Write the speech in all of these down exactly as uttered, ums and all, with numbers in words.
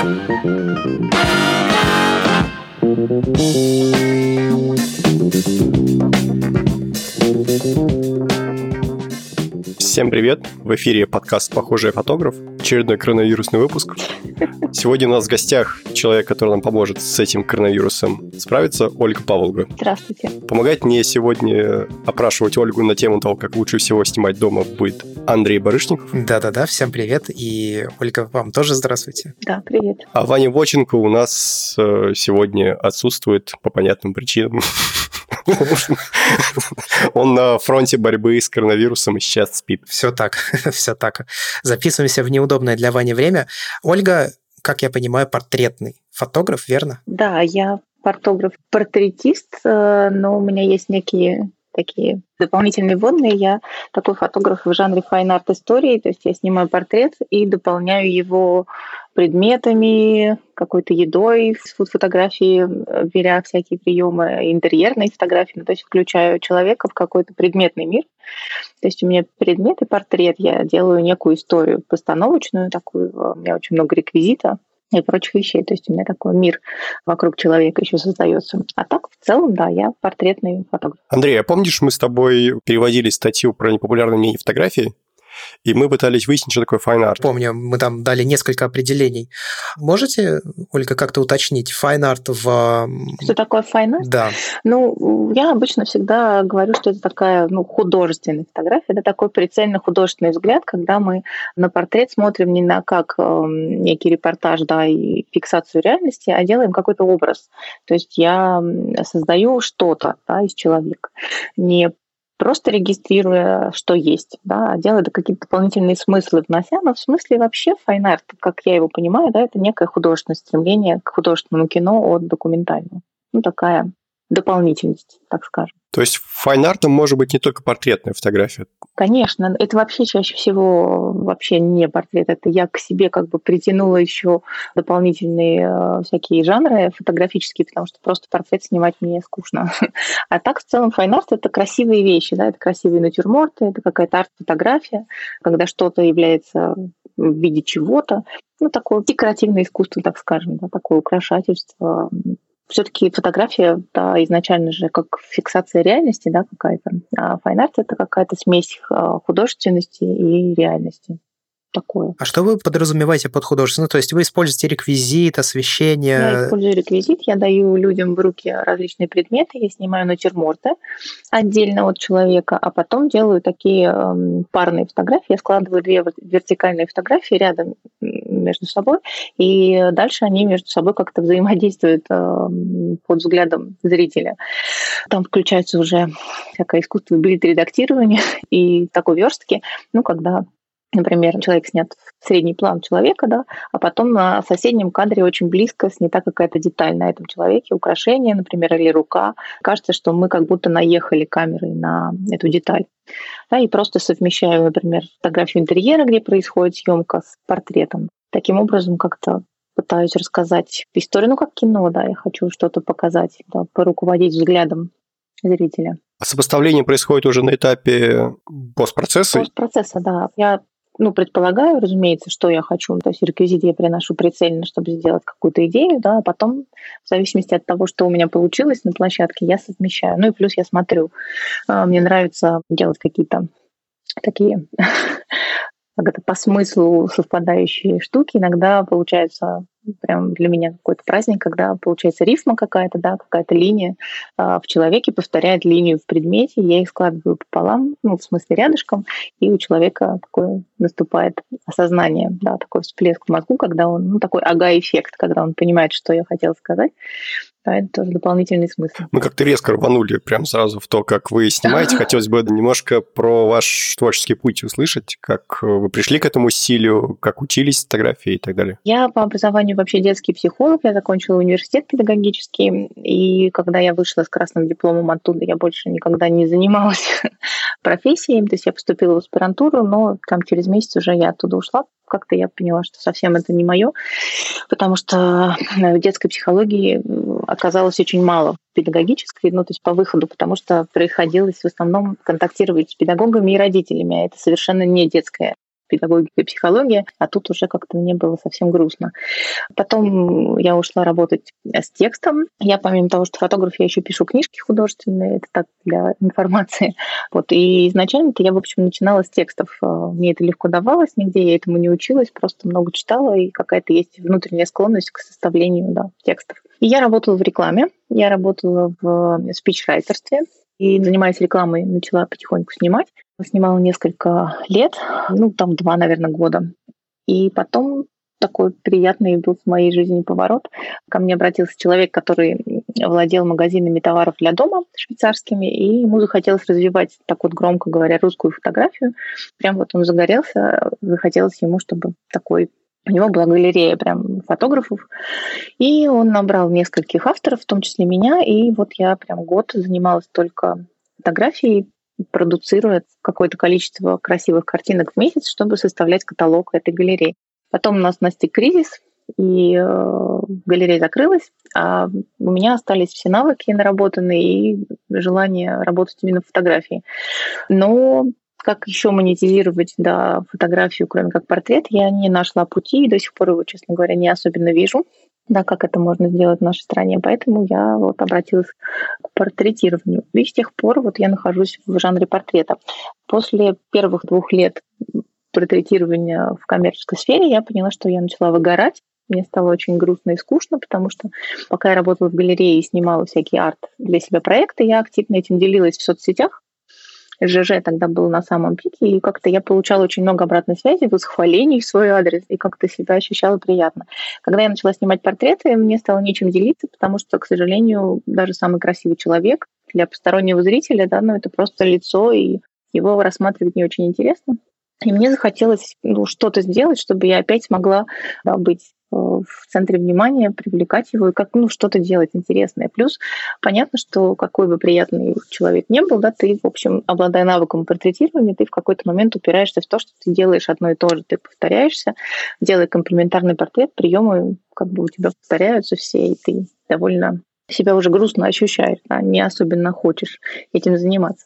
Всем привет! В эфире подкаст «Похожий фотограф», очередной коронавирусный выпуск. Сегодня у нас в гостях человек, который нам поможет с этим коронавирусом справиться, Ольга Паволга. Здравствуйте. Помогать мне сегодня опрашивать Ольгу на тему того, как лучше всего снимать дома, будет Андрей Барышников. Да-да-да, всем привет. И, Ольга, вам тоже здравствуйте. Да, привет. А Ваня Воченко у нас сегодня отсутствует по понятным причинам. Он на фронте борьбы с коронавирусом и сейчас спит. Все так, все так. Записываемся в неудобное для Вани время. Ольга, как я понимаю, портретный фотограф, верно? Да, я фотограф-портретист, но у меня есть некие такие дополнительные вводные. Я такой фотограф в жанре файн-арт истории, то есть я снимаю портрет и дополняю его предметами, какой-то едой, фуд-фотографии, беря всякие приемы интерьерной фотографии, ну, то есть включаю человека в какой-то предметный мир. То есть у меня предмет и портрет, я делаю некую историю постановочную такую, у меня очень много реквизита и прочих вещей. То есть у меня такой мир вокруг человека еще создается. А так, в целом, да, я портретный фотограф. Андрей, а помнишь, мы с тобой переводили статью про непопулярные мнения фотографии? И мы пытались выяснить, что такое файн-арт. Помню, мы там дали несколько определений. Можете, Ольга, как-то уточнить файн-арт в... Что такое файн-арт? Да. Ну, я обычно всегда говорю, что это такая ну, художественная фотография. Это такой прицельно художественный взгляд, когда мы на портрет смотрим не на как э, некий репортаж, да, и фиксацию реальности, а делаем какой-то образ. То есть я создаю что-то, да, из человека. Не просто регистрируя, что есть, да, а делая какие-то дополнительные смыслы внося, но в смысле вообще файн-арт, как я его понимаю, да, это некое художественное стремление к художественному кино от документального. Ну, такая дополнительность, так скажем. То есть файн-артом может быть не только портретная фотография? Конечно, это вообще чаще всего вообще не портрет, это я к себе как бы притянула еще дополнительные всякие жанры фотографические, потому что просто портрет снимать мне скучно. А так в целом файн-арт — это красивые вещи, да, это красивые натюрморты, это какая-то арт-фотография, когда что-то является в виде чего-то, ну, такое декоративное искусство, так скажем, да, такое украшательство. Все-таки фотография, да, изначально же как фиксация реальности, да, какая-то. А файн-арт — это какая-то смесь художественности и реальности. Такое. А что вы подразумеваете под художественным? Ну, то есть вы используете реквизит, освещение? Я использую реквизит, я даю людям в руки различные предметы, я снимаю натюрморты отдельно от человека, а потом делаю такие э, парные фотографии. Я складываю две вертикальные фотографии рядом между собой, и дальше они между собой как-то взаимодействуют э, под взглядом зрителя. Там включается уже всякое искусство билет-редактирования и такой верстки, ну, когда... Например, человек снят в средний план человека, да, а потом на соседнем кадре очень близко снята какая-то деталь на этом человеке, украшение, например, или рука. Кажется, что мы как будто наехали камерой на эту деталь. Да, и просто совмещаю, например, фотографию интерьера, где происходит съемка, с портретом. Таким образом, как-то пытаюсь рассказать историю, ну, как кино, да, я хочу что-то показать, да, поруководить взглядом зрителя. А сопоставление происходит уже на этапе постпроцесса? Постпроцесса, да. Я Ну, предполагаю, разумеется, что я хочу. То есть реквизит я приношу прицельно, чтобы сделать какую-то идею, да, а потом, в зависимости от того, что у меня получилось на площадке, я совмещаю. Ну и плюс я смотрю. Мне нравится делать какие-то такие как это, по смыслу совпадающие штуки. Иногда получается прям для меня какой-то праздник, когда получается рифма какая-то, да, какая-то линия а, в человеке повторяет линию в предмете, я их складываю пополам, ну, в смысле рядышком, и у человека такое наступает осознание, да, такой всплеск в мозгу, когда он, ну, такой ага-эффект, когда он понимает, что я хотела сказать. Да, это тоже дополнительный смысл. Мы как-то резко рванули прям сразу в то, как вы снимаете. Хотелось бы немножко про ваш творческий путь услышать, как вы пришли к этому стилю, как учились фотографии и так далее. Я по образованию вообще детский психолог, я закончила университет педагогический, и когда я вышла с красным дипломом оттуда, я больше никогда не занималась профессией, то есть я поступила в аспирантуру, но там через месяц уже я оттуда ушла. Как-то я поняла, что совсем это не мое, потому что в детской психологии оказалось очень мало педагогической, ну, то есть по выходу, потому что приходилось в основном контактировать с педагогами и родителями, а это совершенно не детская педагогика и психология, а тут уже как-то мне было совсем грустно. Потом я ушла работать с текстом. Я, помимо того, что фотограф, я еще пишу книжки художественные, это так для информации. Вот. И изначально-то я, в общем, начинала с текстов. Мне это легко давалось, нигде я этому не училась, просто много читала, и какая-то есть внутренняя склонность к составлению, да, текстов. И я работала в рекламе, я работала в спичрайтерстве, и, занимаясь рекламой, начала потихоньку снимать. Снимала несколько лет, ну, там два, наверное, года. И потом такой приятный был в моей жизни поворот. Ко мне обратился человек, который владел магазинами товаров для дома швейцарскими, и ему захотелось развивать, так вот громко говоря, русскую фотографию. Прям вот он загорелся, захотелось ему, чтобы такой... У него была галерея прям фотографов, и он набрал нескольких авторов, в том числе меня, и вот я прям год занималась только фотографией, продуцируя какое-то количество красивых картинок в месяц, чтобы составлять каталог этой галереи. Потом у нас настиг кризис, и э, галерея закрылась, а у меня остались все навыки наработанные и желание работать именно в фотографии. Но как еще монетизировать, да, фотографию, кроме как портрет, я не нашла пути, и до сих пор его, честно говоря, не особенно вижу, да, как это можно сделать в нашей стране. Поэтому я вот обратилась к портретированию. И с тех пор вот я нахожусь в жанре портрета. После первых двух лет портретирования в коммерческой сфере я поняла, что я начала выгорать. Мне стало очень грустно и скучно, потому что пока я работала в галерее и снимала всякие арт для себя проекты, я активно этим делилась в соцсетях. ЖЖ тогда был на самом пике, и как-то я получала очень много обратной связи, восхвалений в свой адрес, и как-то себя ощущала приятно. Когда я начала снимать портреты, мне стало нечем делиться, потому что, к сожалению, даже самый красивый человек для постороннего зрителя, да, ну, это просто лицо, и его рассматривать не очень интересно. И мне захотелось, ну, что-то сделать, чтобы я опять смогла, да, быть в центре внимания, привлекать его и как, ну, что-то делать интересное. Плюс понятно, что какой бы приятный человек ни был, да, ты, в общем, обладая навыком портретирования, ты в какой-то момент упираешься в то, что ты делаешь одно и то же, ты повторяешься, делая комплементарный портрет, приемы как бы у тебя повторяются все, и ты довольно себя уже грустно ощущаешь, да, не особенно хочешь этим заниматься.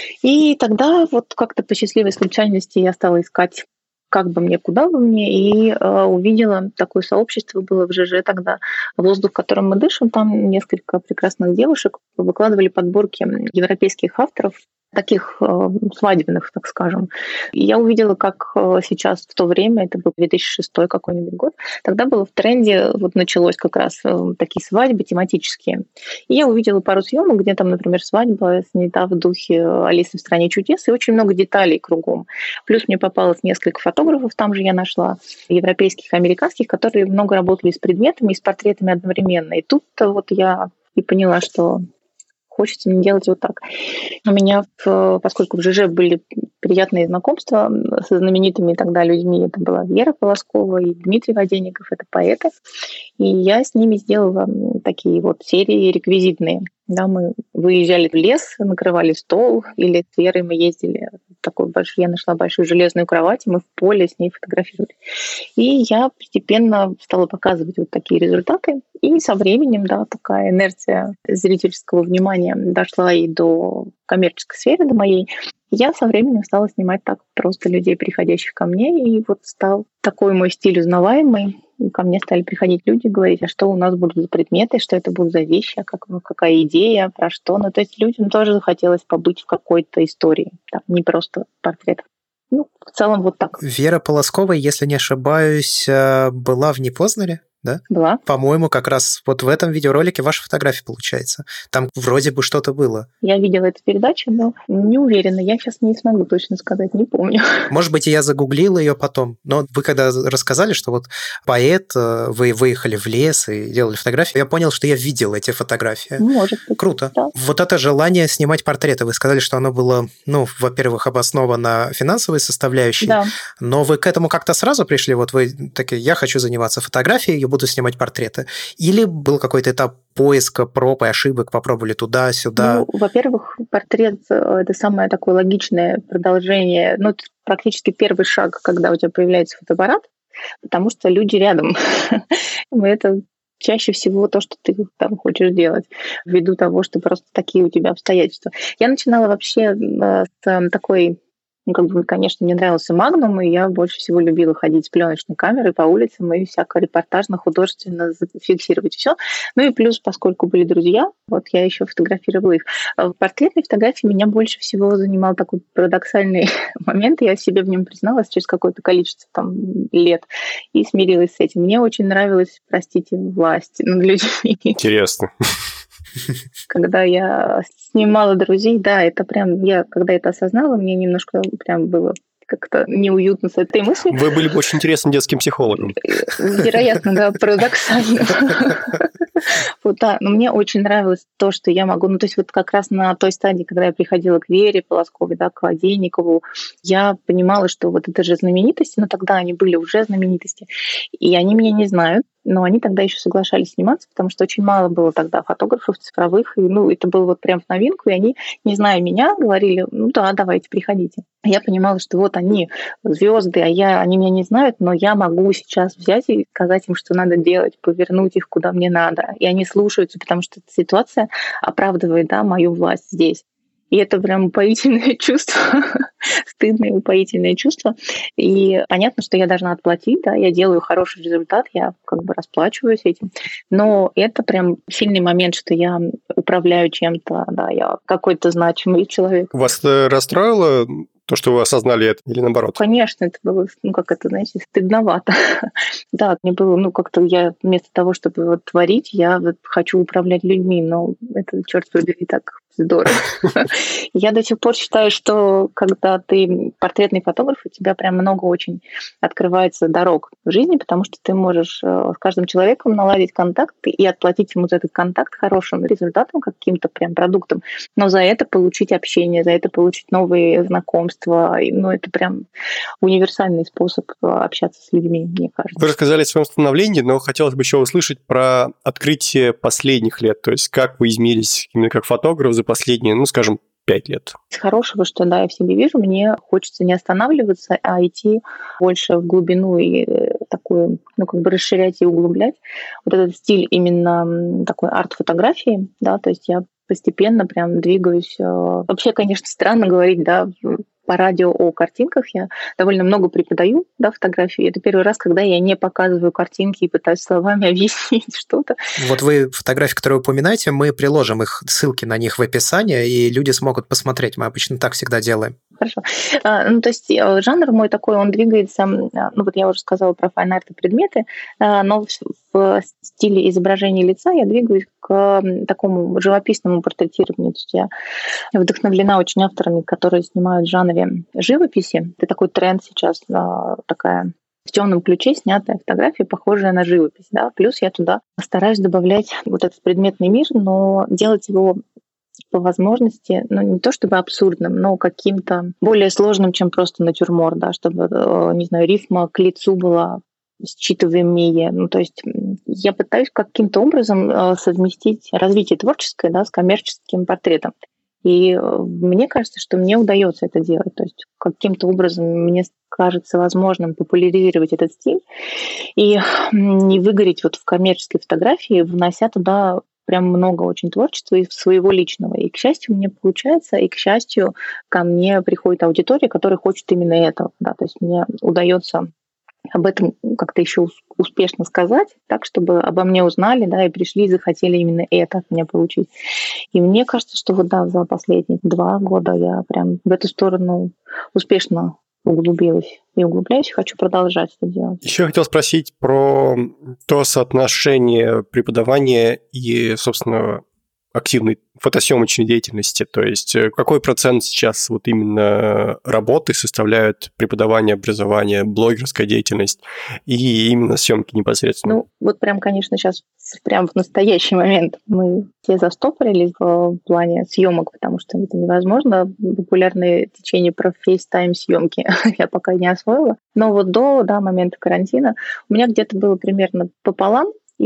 И тогда вот как-то по счастливой случайности я стала искать, как бы мне, куда бы мне, и э, увидела такое сообщество, было в ЖЖ тогда, «Воздух, которым мы дышим», там несколько прекрасных девушек выкладывали подборки европейских авторов, таких э, свадебных, так скажем. И я увидела, как э, сейчас в то время, это был две тысячи шестой какой-нибудь год, тогда было в тренде, вот началось как раз э, такие свадьбы тематические. И я увидела пару съемок, где там, например, свадьба снята в духе «Алисы в стране чудес», и очень много деталей кругом. Плюс мне попалось несколько фотографов, там же я нашла европейских, американских, которые много работали с предметами и с портретами одновременно. И тут-то вот я и поняла, что хочется мне делать вот так. У меня, поскольку в ЖЖ были приятные знакомства со знаменитыми тогда людьми, это была Вера Полоскова и Дмитрий Воденников, это поэты, и я с ними сделала такие вот серии реквизитные. Да, мы выезжали в лес, накрывали стол, или с Верой мы ездили в такой большой, я нашла большую железную кровать, и мы в поле с ней фотографировали. И я постепенно стала показывать вот такие результаты, и со временем, да, такая инерция зрительского внимания дошла и до коммерческой сферы, до моей. Я со временем стала снимать так просто людей, приходящих ко мне, и вот стал такой мой стиль узнаваемый. И ко мне стали приходить люди, говорить, а что у нас будут за предметы, что это будут за вещи, а как, какая идея, про что. Ну, то есть людям тоже захотелось побыть в какой-то истории, да, не просто портрет. Ну, в целом вот так. Вера Полоскова, если не ошибаюсь, была в Непознере, да? Была. По-моему, как раз вот в этом видеоролике ваша фотография получается. Там вроде бы что-то было. Я видела эту передачу, но не уверена. Я сейчас не смогу точно сказать, не помню. Может быть, я загуглила ее потом. Но вы когда рассказали, что вот поэт, вы выехали в лес и делали фотографии, я понял, что я видел эти фотографии. Может быть. Круто. Да. Вот это желание снимать портреты. Вы сказали, что оно было, ну, во-первых, обосновано финансовой составляющей, да. Но вы к этому как-то сразу пришли? Вот вы такие, я хочу заниматься фотографией, буду снимать портреты. Или был какой-то этап поиска, проб и ошибок, попробовали туда-сюда? Ну, во-первых, портрет – это самое такое логичное продолжение, ну, практически первый шаг, когда у тебя появляется фотоаппарат, потому что люди рядом. Это чаще всего то, что ты там хочешь делать, ввиду того, что просто такие у тебя обстоятельства. Я начинала вообще с такой Ну, как бы, конечно, мне нравился Magnum, и я больше всего любила ходить с пленочной камерой по улицам и всяко репортажно, художественно фиксировать все. Ну и плюс, поскольку были друзья, вот я еще фотографировала их. А в портретной фотографии меня больше всего занимал такой парадоксальный момент. Я себе в нем призналась через какое-то количество там, лет и смирилась с этим. Мне очень нравилась, простите, власть над людьми. Интересно. Когда я снимала друзей, да, это прям, я когда это осознала, мне немножко прям было как-то неуютно с этой мыслью. Вы были бы очень интересным детским психологом. Вероятно, да, парадоксально. Вот, да, но мне очень нравилось то, что я могу, ну, то есть вот как раз на той стадии, когда я приходила к Вере Полосковой, да, к Водейникову, я понимала, что вот это же знаменитости, но тогда они были уже знаменитости, и они меня не знают, но они тогда еще соглашались сниматься, потому что очень мало было тогда фотографов цифровых, и, ну, это было вот прям в новинку, и они, не зная меня, говорили, ну да, давайте, приходите. Я понимала, что вот они звезды, а я, они меня не знают, но я могу сейчас взять и сказать им, что надо делать, повернуть их куда мне надо. И они слушаются, потому что эта ситуация оправдывает, да, мою власть здесь. И это прям упоительное чувство, стыдное упоительное чувство. И понятно, что я должна отплатить, да, я делаю хороший результат, я как бы расплачиваюсь этим. Но это прям сильный момент, что я управляю чем-то, да, я какой-то значимый человек. Вас расстроило то, что вы осознали это, или наоборот? Конечно, это было, ну, как это, знаете, стыдновато. Да, мне было, ну, как-то я вместо того, чтобы вот творить, я вот хочу управлять людьми, но это, черт побери, так здорово. Я до сих пор считаю, что когда ты портретный фотограф, у тебя прям много очень открывается дорог в жизни, потому что ты можешь с каждым человеком наладить контакт и отплатить ему за этот контакт хорошим результатом, каким-то прям продуктом, но за это получить общение, за это получить новые знакомства. Ну, это прям универсальный способ общаться с людьми, мне кажется. Вы рассказали о своем становлении, но хотелось бы еще услышать про открытие последних лет, то есть как вы изменились именно как фотограф за последние, ну, скажем, пять лет. С хорошего, что да, я в себе вижу, мне хочется не останавливаться, а идти больше в глубину и такую, ну, как бы расширять и углублять. Вот этот стиль именно такой арт-фотографии, да, то есть я постепенно прям двигаюсь. Вообще, конечно, странно говорить, да, по радио о картинках. Я довольно много преподаю, да, фотографии. Это первый раз, когда я не показываю картинки и пытаюсь словами объяснить что-то. Вот вы фотографии, которые вы упоминаете, мы приложим их, ссылки на них в описании, и люди смогут посмотреть. Мы обычно так всегда делаем. Хорошо. Ну, то есть жанр мой такой, он двигается, ну, вот я уже сказала про файн-арт и предметы, но в стиле изображения лица я двигаюсь к такому живописному портретированию. То есть я вдохновлена очень авторами, которые снимают в жанре живописи. Это такой тренд сейчас, такая в темном ключе снятая фотография, похожая на живопись. Да? Плюс я туда стараюсь добавлять вот этот предметный мир, но делать его по возможности, ну, не то чтобы абсурдным, но каким-то более сложным, чем просто натюрморт, да, чтобы, не знаю, рифма к лицу была считываемее. Ну, то есть я пытаюсь каким-то образом совместить развитие творческое, да, с коммерческим портретом. И мне кажется, что мне удается это делать. То есть каким-то образом мне кажется возможным популяризировать этот стиль и не выгореть вот в коммерческой фотографии, внося туда прям много очень творчества и своего личного. И, к счастью, мне получается, и, к счастью, ко мне приходит аудитория, которая хочет именно этого. Да, то есть мне удается об этом как-то еще успешно сказать, так, чтобы обо мне узнали, да, и пришли и захотели именно это от меня получить. И мне кажется, что вот, да, за последние два года я прям в эту сторону успешно углубилась и углубляюсь, хочу продолжать это делать. Еще хотел спросить про то соотношение преподавания и, собственно, активной фотосъемочной деятельности. То есть какой процент сейчас вот именно работы составляют преподавание, образование, блогерская деятельность и именно съемки непосредственно? Ну, вот прям, конечно, сейчас прям в настоящий момент мы все застопорились в плане съемок, потому что это невозможно. Популярное течение про FaceTime съемки я пока не освоила. Но вот до, да, момента карантина у меня где-то было примерно пополам.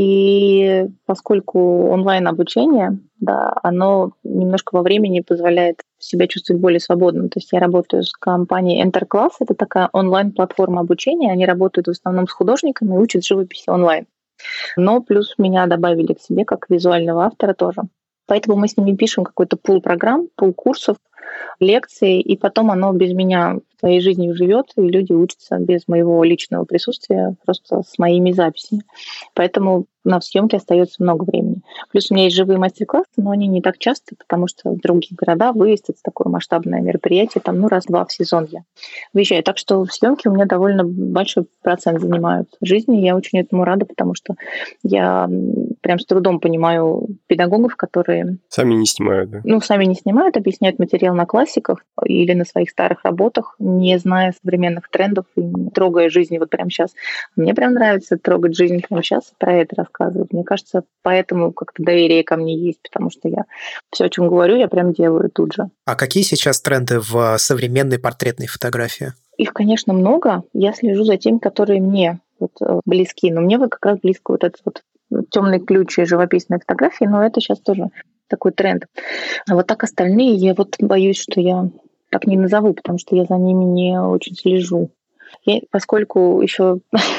И поскольку онлайн-обучение, да, оно немножко во времени позволяет себя чувствовать более свободным. То есть я работаю с компанией Enterclass, это такая онлайн-платформа обучения. Они работают в основном с художниками и учат живописи онлайн. Но плюс меня добавили к себе как визуального автора тоже. Поэтому мы с ними пишем какой-то пул программ, пул курсов, лекций, и потом оно без меня своей жизнью живет, и люди учатся без моего личного присутствия, просто с моими записями. Поэтому на съемке остается много времени. Плюс у меня есть живые мастер-классы, но они не так часто, потому что в другие города выезд — это такое масштабное мероприятие, там, ну, раз-два в сезон я выезжаю. Так что съемки у меня довольно большой процент занимают жизни, и я очень этому рада, потому что я прям с трудом понимаю педагогов, которые... Сами не снимают, да? Ну, сами не снимают, объясняют материал на классиках или на своих старых работах, не зная современных трендов и не трогая жизнь вот прямо сейчас. Мне прям нравится трогать жизнь прямо сейчас и про это рассказывать. Мне кажется, поэтому как-то доверие ко мне есть, потому что я все, о чем говорю, я прям делаю тут же. А какие сейчас тренды в современной портретной фотографии? Их, конечно, много. Я слежу за теми, которые мне вот близки. Но мне вот как раз близко вот этот вот темный ключ и живописная фотография, но это сейчас тоже такой тренд. А вот так остальные, я вот боюсь, что я так не назову, потому что я за ними не очень слежу. Я, поскольку еще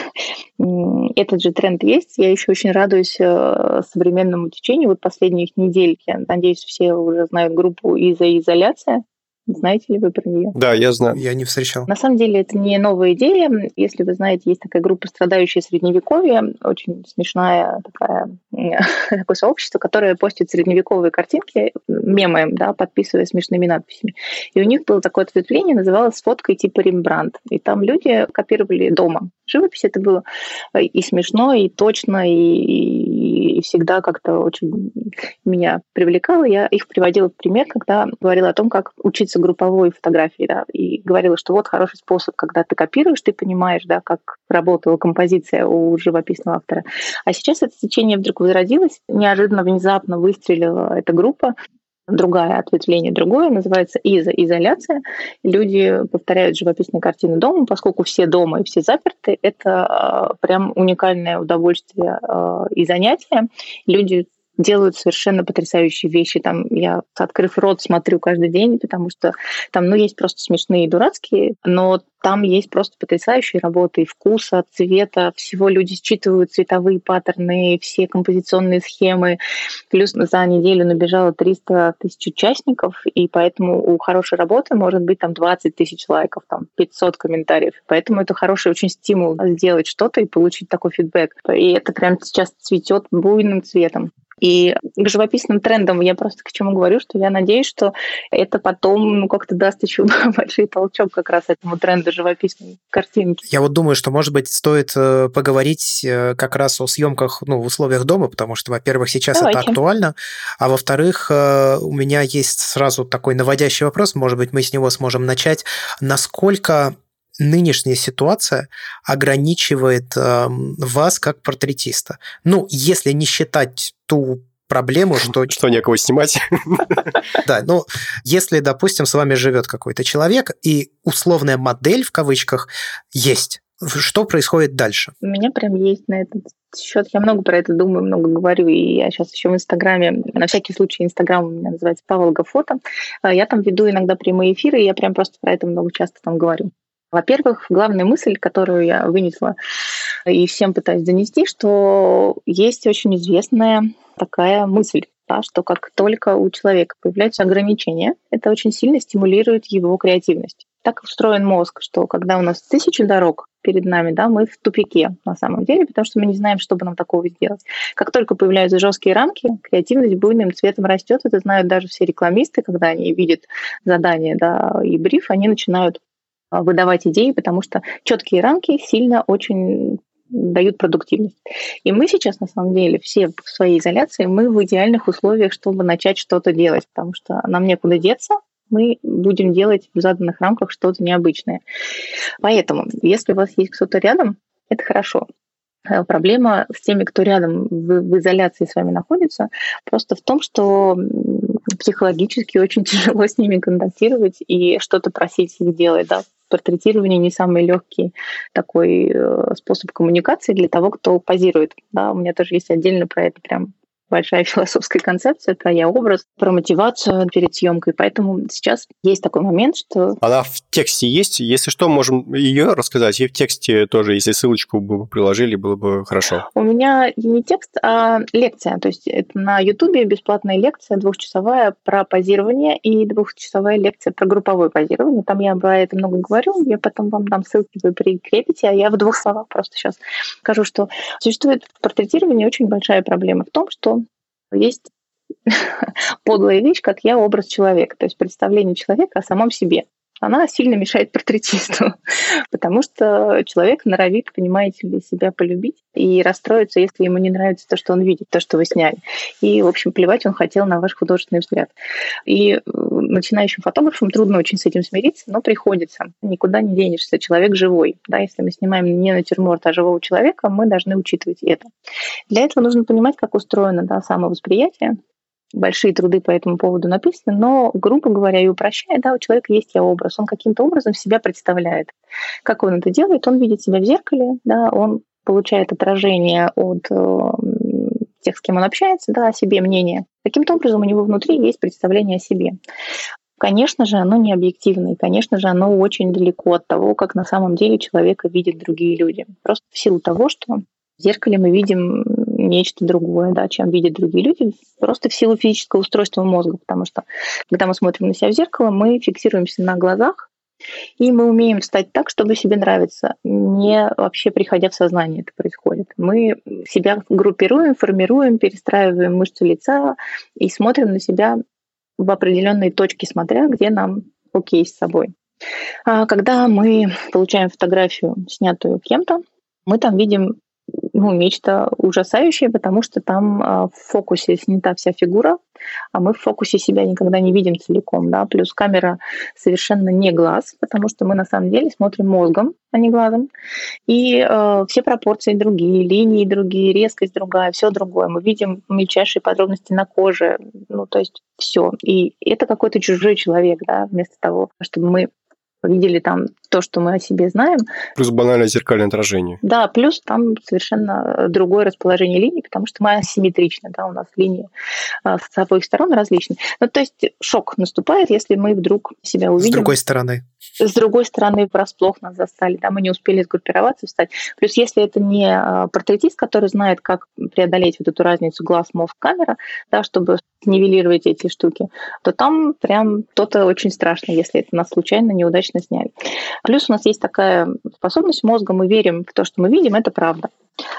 этот же тренд есть, я еще очень радуюсь современному течению. Вот последние недельки, надеюсь, все уже знают группу «Изоизоляция». Знаете ли вы про нее? Да, я знаю. Я не встречал. На самом деле это не новая идея. Если вы знаете, есть такая группа «Страдающие Средневековье», очень смешная такая, такое сообщество, которое постит средневековые картинки мемы, да, подписывая смешными надписями. И у них было такое ответвление, называлось «Сфоткай типа Рембрандт». И там люди копировали дома. Живопись это было и смешно, и точно, и, и всегда как-то очень меня привлекало. Я их приводила в пример, когда говорила о том, как учиться групповой фотографии, да, и говорила, что вот хороший способ, когда ты копируешь, ты понимаешь, да, как работала композиция у живописного автора. А сейчас это течение вдруг возродилось, неожиданно, внезапно выстрелила эта группа, другое ответвление, другое, называется изоизоляция. Люди повторяют живописные картины дома, поскольку все дома и все заперты, это прям уникальное удовольствие и занятие. Люди делают совершенно потрясающие вещи. Там я, открыв рот, смотрю каждый день, потому что там, ну, есть просто смешные и дурацкие, но там есть просто потрясающие работы и вкуса, цвета, всего люди считывают цветовые паттерны, все композиционные схемы. Плюс за неделю набежало триста тысяч участников, и поэтому у хорошей работы может быть там двадцать тысяч лайков, там пятьсот комментариев. Поэтому это хороший очень стимул сделать что-то и получить такой фидбэк. И это прям сейчас цветет буйным цветом. И к живописным трендам я просто к чему говорю, что я надеюсь, что это потом ну, как-то даст еще большой толчок как раз этому тренду живописной картинки. Я вот думаю, что, может быть, стоит поговорить как раз о съемках ну, в условиях дома, потому что, во-первых, сейчас Давайте. это актуально, а во-вторых, у меня есть сразу такой наводящий вопрос, может быть, мы с него сможем начать. Насколько нынешняя ситуация ограничивает э, вас как портретиста? Ну, если не считать ту проблему, что... Что некого снимать. Да, ну, если, допустим, с вами живет какой-то человек, и условная модель, в кавычках, есть, что происходит дальше? У меня прям есть на этот счет. Я много про это думаю, много говорю, и я сейчас еще в Инстаграме, на всякий случай Инстаграм у меня называется Паволга Фото, я там веду иногда прямые эфиры, и я прям просто про это много часто там говорю. Во-первых, главная мысль, которую я вынесла и всем пытаюсь донести, что есть очень известная такая мысль, да, что как только у человека появляются ограничения, это очень сильно стимулирует его креативность. Так устроен мозг, что когда у нас тысячи дорог перед нами, да, мы в тупике на самом деле, потому что мы не знаем, что бы нам такого сделать. Как только появляются жесткие рамки, креативность буйным цветом растет. Это знают даже все рекламисты, когда они видят задание, да, и бриф, они начинают выдавать идеи, потому что четкие рамки сильно очень дают продуктивность. И мы сейчас, на самом деле, все в своей изоляции, мы в идеальных условиях, чтобы начать что-то делать, потому что нам некуда деться, мы будем делать в заданных рамках что-то необычное. Поэтому, если у вас есть кто-то рядом, это хорошо. Проблема с теми, кто рядом в, в изоляции с вами находится, просто в том, что психологически очень тяжело с ними контактировать и что-то просить их делать, да. Портретирование не самый легкий такой способ коммуникации для того, кто позирует. Да, у меня тоже есть отдельно про это прям большая философская концепция про я-образ, про мотивацию перед съемкой. Поэтому сейчас есть такой момент, что... Она в тексте есть? Если что, можем ее рассказать. И в тексте тоже, если ссылочку бы приложили, было бы хорошо. У меня не текст, а лекция. То есть это на Ютубе бесплатная лекция двухчасовая про позирование и двухчасовая лекция про групповое позирование. Там я про это много говорю, я потом вам дам ссылки, вы прикрепите, а я в двух словах просто сейчас скажу, что существует в портретировании очень большая проблема в том, что есть подлая вещь, как я образ человека, то есть представление человека о самом себе. Она сильно мешает портретисту, потому что человек норовит, понимаете ли, себя полюбить и расстроиться, если ему не нравится то, что он видит, то, что вы сняли. И, в общем, плевать он хотел на ваш художественный взгляд. И начинающим фотографам трудно очень с этим смириться, но приходится. Никуда не денешься. Человек живой. Да, если мы снимаем не натюрморт, а живого человека, мы должны учитывать это. Для этого нужно понимать, как устроено, да, самовосприятие. Большие труды по этому поводу написаны, но, грубо говоря, и упрощая, да, у человека есть я-образ, он каким-то образом себя представляет. Как он это делает? Он видит себя в зеркале, да, он получает отражение от э, тех, с кем он общается, да, о себе мнение. Каким-то образом у него внутри есть представление о себе. Конечно же, оно не объективно, и, конечно же, оно очень далеко от того, как на самом деле человека видят другие люди. Просто в силу того, что в зеркале мы видим нечто другое, да, чем видят другие люди, просто в силу физического устройства мозга, потому что, когда мы смотрим на себя в зеркало, мы фиксируемся на глазах, и мы умеем встать так, чтобы себе нравиться, не вообще приходя в сознание это происходит. Мы себя группируем, формируем, перестраиваем мышцы лица и смотрим на себя в определенные точки, смотря где нам окей с собой. А когда мы получаем фотографию, снятую кем-то, мы там видим ну, нечто ужасающее, потому что там в фокусе снята вся фигура, а мы в фокусе себя никогда не видим целиком. Да? Плюс камера совершенно не глаз, потому что мы на самом деле смотрим мозгом, а не глазом. И э, все пропорции другие, линии другие, резкость другая, все другое. Мы видим мельчайшие подробности на коже, ну, то есть все. И это какой-то чужой человек, да, вместо того, чтобы мы видели там то, что мы о себе знаем. Плюс банальное зеркальное отражение. Да, плюс там совершенно другое расположение линий, потому что мы асимметричны, да, у нас линии с обоих сторон различны. Ну, то есть шок наступает, если мы вдруг себя увидим. С другой стороны. С другой стороны, врасплох нас застали, да, мы не успели сгруппироваться, встать. Плюс если это не портретист, который знает, как преодолеть вот эту разницу глаз, мозг, камера, да, чтобы нивелировать эти штуки, то там прям то-то очень страшно, если это нас случайно неудачно сняли. Плюс у нас есть такая способность мозга, мы верим в то, что мы видим, это правда.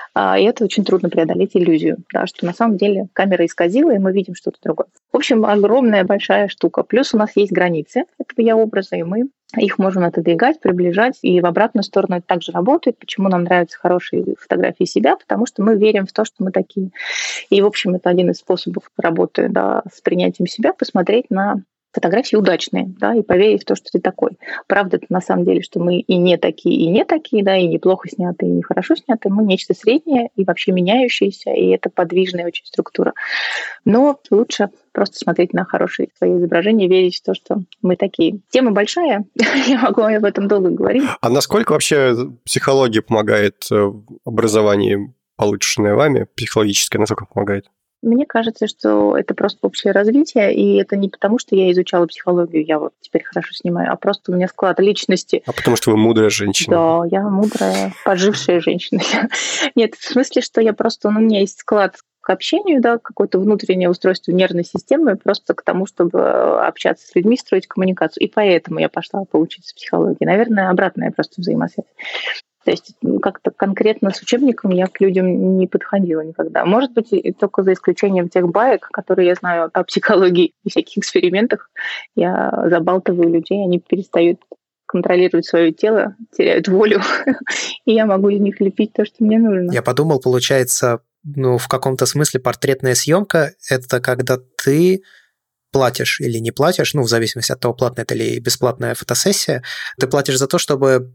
И это очень трудно преодолеть иллюзию, да, что на самом деле камера исказила, и мы видим что-то другое. В общем, огромная большая штука. Плюс у нас есть границы этого я-образа, и мы их можем отодвигать, приближать, и в обратную сторону это также работает. Почему нам нравятся хорошие фотографии себя? Потому что мы верим в то, что мы такие. И, в общем, это один из способов работы, да, с принятием себя, посмотреть на фотографии удачные, да, и поверить в то, что ты такой. Правда, это на самом деле, что мы и не такие, и не такие, да, и неплохо сняты, и нехорошо сняты. Мы нечто среднее и вообще меняющееся, и это подвижная очень структура. Но лучше просто смотреть на хорошие свои изображения, верить в то, что мы такие. Тема большая, я могу об этом долго говорить. А насколько вообще психология помогает в образовании, полученное вами, психологическое, насколько помогает? Мне кажется, что это просто общее развитие, и это не потому, что я изучала психологию, я вот теперь хорошо снимаю, а просто у меня склад личности. А потому что вы мудрая женщина. Да, я мудрая, пожившая женщина. Нет, в смысле, что я просто, ну, у меня есть склад к общению, да, какое-то внутреннее устройство нервной системы, просто к тому, чтобы общаться с людьми, строить коммуникацию. И поэтому я пошла поучиться психологии. Наверное, обратная просто взаимосвязь. То есть как-то конкретно с учебником я к людям не подходила никогда. Может быть, только за исключением тех баек, которые я знаю о психологии и всяких экспериментах, я забалтываю людей, они перестают контролировать свое тело, теряют волю, и я могу из них лепить то, что мне нужно. Я подумал, получается, ну, в каком-то смысле портретная съемка – это когда ты платишь или не платишь, ну, в зависимости от того, платная это или бесплатная фотосессия, ты платишь за то, чтобы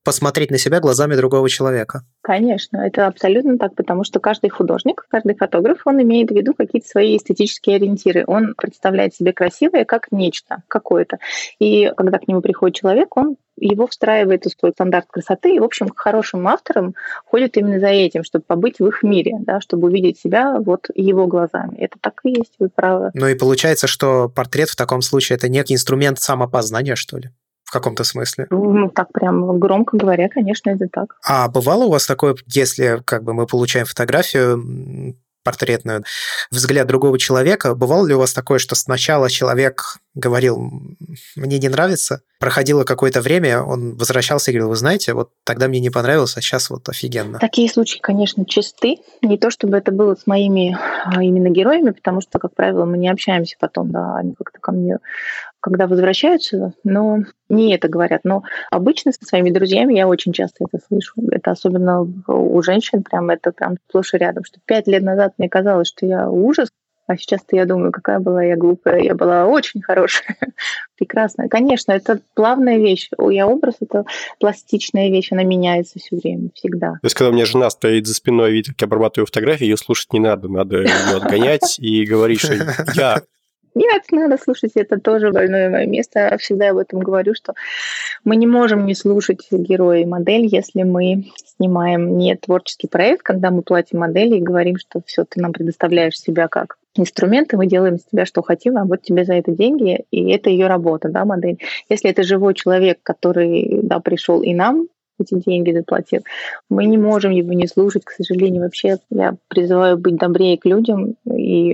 посмотреть на себя глазами другого человека. Конечно, это абсолютно так, потому что каждый художник, каждый фотограф, он имеет в виду какие-то свои эстетические ориентиры. Он представляет себе красивое как нечто какое-то. И когда к нему приходит человек, он его встраивает в свой стандарт красоты. И, в общем, к хорошим авторам ходят именно за этим, чтобы побыть в их мире, да, чтобы увидеть себя вот его глазами. Это так и есть, вы правы. Ну и получается, что портрет в таком случае это некий инструмент самопознания, что ли? В каком-то смысле. Ну, так прям громко говоря, конечно, это так. А бывало у вас такое, если как бы мы получаем фотографию портретную, взгляд другого человека, бывало ли у вас такое, что сначала человек говорил, мне не нравится, проходило какое-то время, он возвращался и говорил, вы знаете, вот тогда мне не понравилось, а сейчас вот офигенно. Такие случаи, конечно, чисты. Не то, чтобы это было с моими именно героями, потому что, как правило, мы не общаемся потом, да, они как-то ко мне, когда возвращаются, но не это говорят. Но обычно со своими друзьями я очень часто это слышу. Это особенно у женщин, прям это прям сплошь и рядом, что пять лет назад мне казалось, что я ужас, а сейчас-то я думаю, какая была я глупая. Я была очень хорошая, прекрасная. Конечно, это плавная вещь. Я образ — это пластичная вещь, она меняется все время, всегда. То есть, когда у меня жена стоит за спиной, видит, как я обрабатываю фотографии, ее слушать не надо. Надо ее отгонять и говорить, что я... Нет, надо слушать, это тоже больное мое место. Я всегда об этом говорю, что мы не можем не слушать героя и модель, если мы снимаем не творческий проект, когда мы платим модели и говорим, что все, ты нам предоставляешь себя как инструмент, и мы делаем из тебя, что хотим, а вот тебе за это деньги, и это ее работа, да, модель. Если это живой человек, который, да, пришел и нам эти деньги заплатил, мы не можем его не слушать, к сожалению. Вообще я призываю быть добрее к людям и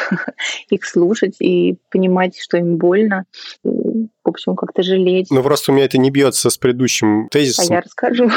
их слушать, и понимать, что им больно, и, в общем, как-то жалеть. Ну, просто у меня это не бьется с предыдущим тезисом. А я расскажу.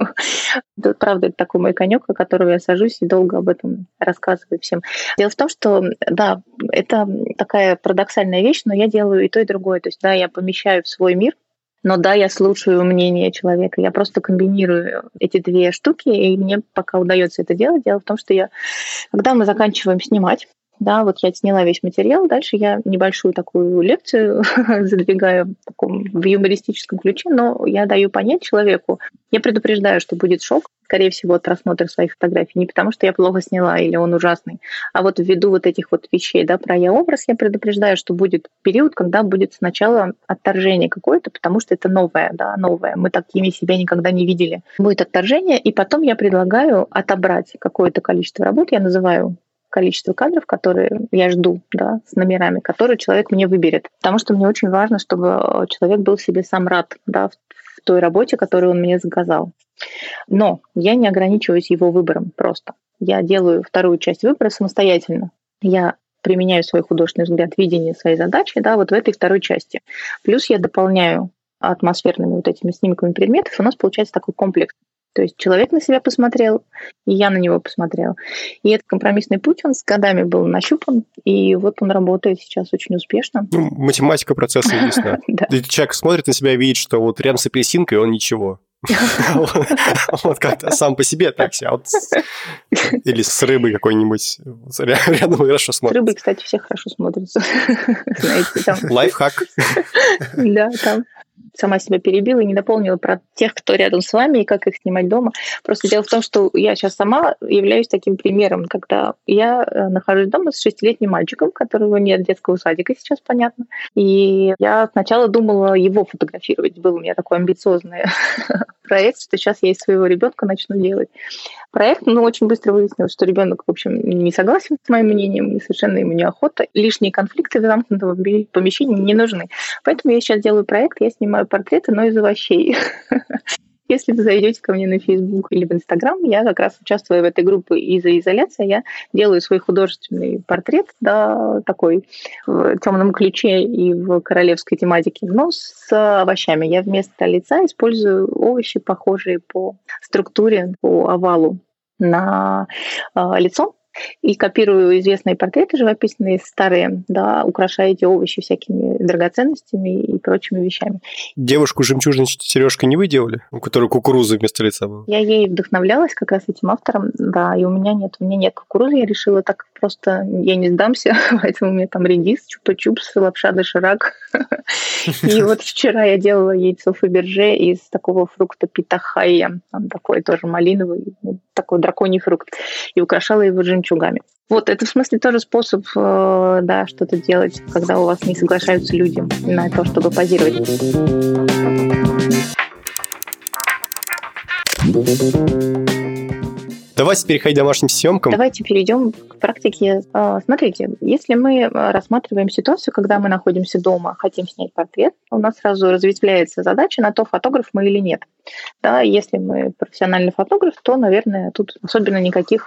Это, правда, это такой мой конек, о котором я сажусь и долго об этом рассказываю всем. Дело в том, что, да, это такая парадоксальная вещь, но я делаю и то, и другое. То есть, да, я помещаю в свой мир, но да, я слушаю мнение человека. Я просто комбинирую эти две штуки, и мне пока удается это делать. Дело в том, что я, когда мы заканчиваем снимать, да, вот я сняла весь материал, дальше я небольшую такую лекцию задвигаю в таком в юмористическом ключе, но я даю понять человеку, я предупреждаю, что будет шок, скорее всего, от просмотра своих фотографий, не потому что я плохо сняла или он ужасный, а вот ввиду вот этих вот вещей, да, про я-образ, я предупреждаю, что будет период, когда будет сначала отторжение какое-то, потому что это новое, да, новое, мы такими себя никогда не видели. Будет отторжение, и потом я предлагаю отобрать какое-то количество работ, я называю количество кадров, которые я жду, да, с номерами, которые человек мне выберет. Потому что мне очень важно, чтобы человек был себе сам рад, да, в, в той работе, которую он мне заказал. Но я не ограничиваюсь его выбором просто. Я делаю вторую часть выбора самостоятельно. Я применяю свой художественный взгляд, видение своей задачи, да, вот в этой второй части. Плюс я дополняю атмосферными вот этими снимками предметов, и у нас получается такой комплекс. То есть человек на себя посмотрел, и я на него посмотрела. И этот компромиссный путь, он с годами был нащупан, и вот он работает сейчас очень успешно. Ну, математика процесса ясна. Человек смотрит на себя и видит, что вот рядом с апельсинкой он ничего. Вот как-то сам по себе так себя. Или с рыбой какой-нибудь рядом хорошо смотрится. С рыбой, кстати, все хорошо смотрятся. Лайфхак. Да, там. Сама себя перебила и не дополнила про тех, кто рядом с вами, и как их снимать дома. Просто дело в том, что я сейчас сама являюсь таким примером, когда я нахожусь дома с шестилетним мальчиком, которого нет детского садика сейчас, понятно. И я сначала думала его фотографировать. Был у меня такой амбициозный проект, что сейчас я из своего ребенка начну делать проект, но очень быстро выяснилось, что ребенок, в общем, не согласен с моим мнением, и совершенно ему неохота. Лишние конфликты в замкнутом помещении не нужны. Поэтому я сейчас делаю проект, я снимаю портреты, но из овощей. Если вы зайдете ко мне на Facebook или в Instagram, я как раз участвую в этой группе «Изоизоляция». Я делаю свой художественный портрет, да, такой в темном ключе и в королевской тематике, но с овощами. Я вместо лица использую овощи, похожие по структуре, по овалу на э, лицо. И копирую известные портреты живописные, старые, да, украшая эти овощи всякими драгоценностями и прочими вещами. Девушку с жемчужной сережкой не вы делали, у которой кукуруза вместо лица была? Я ей вдохновлялась как раз этим автором, да, и у меня нет, у меня нет кукурузы, я решила, так просто я не сдамся, поэтому у меня там редис, чупа-чупс, лапша доширак. И вот вчера я делала яйцо Фаберже из такого фрукта питахайя. Он такой тоже малиновый, такой драконий фрукт. И украшала его жемчугами. Вот, это в смысле тоже способ, да, что-то делать, когда у вас не соглашаются люди на то, чтобы позировать. Давайте переходить к домашним съемкам. Давайте перейдем к практике. Смотрите, если мы рассматриваем ситуацию, когда мы находимся дома, хотим снять портрет, у нас сразу разветвляется задача на то, фотограф мы или нет. Да, если мы профессиональный фотограф, то, наверное, тут особенно никаких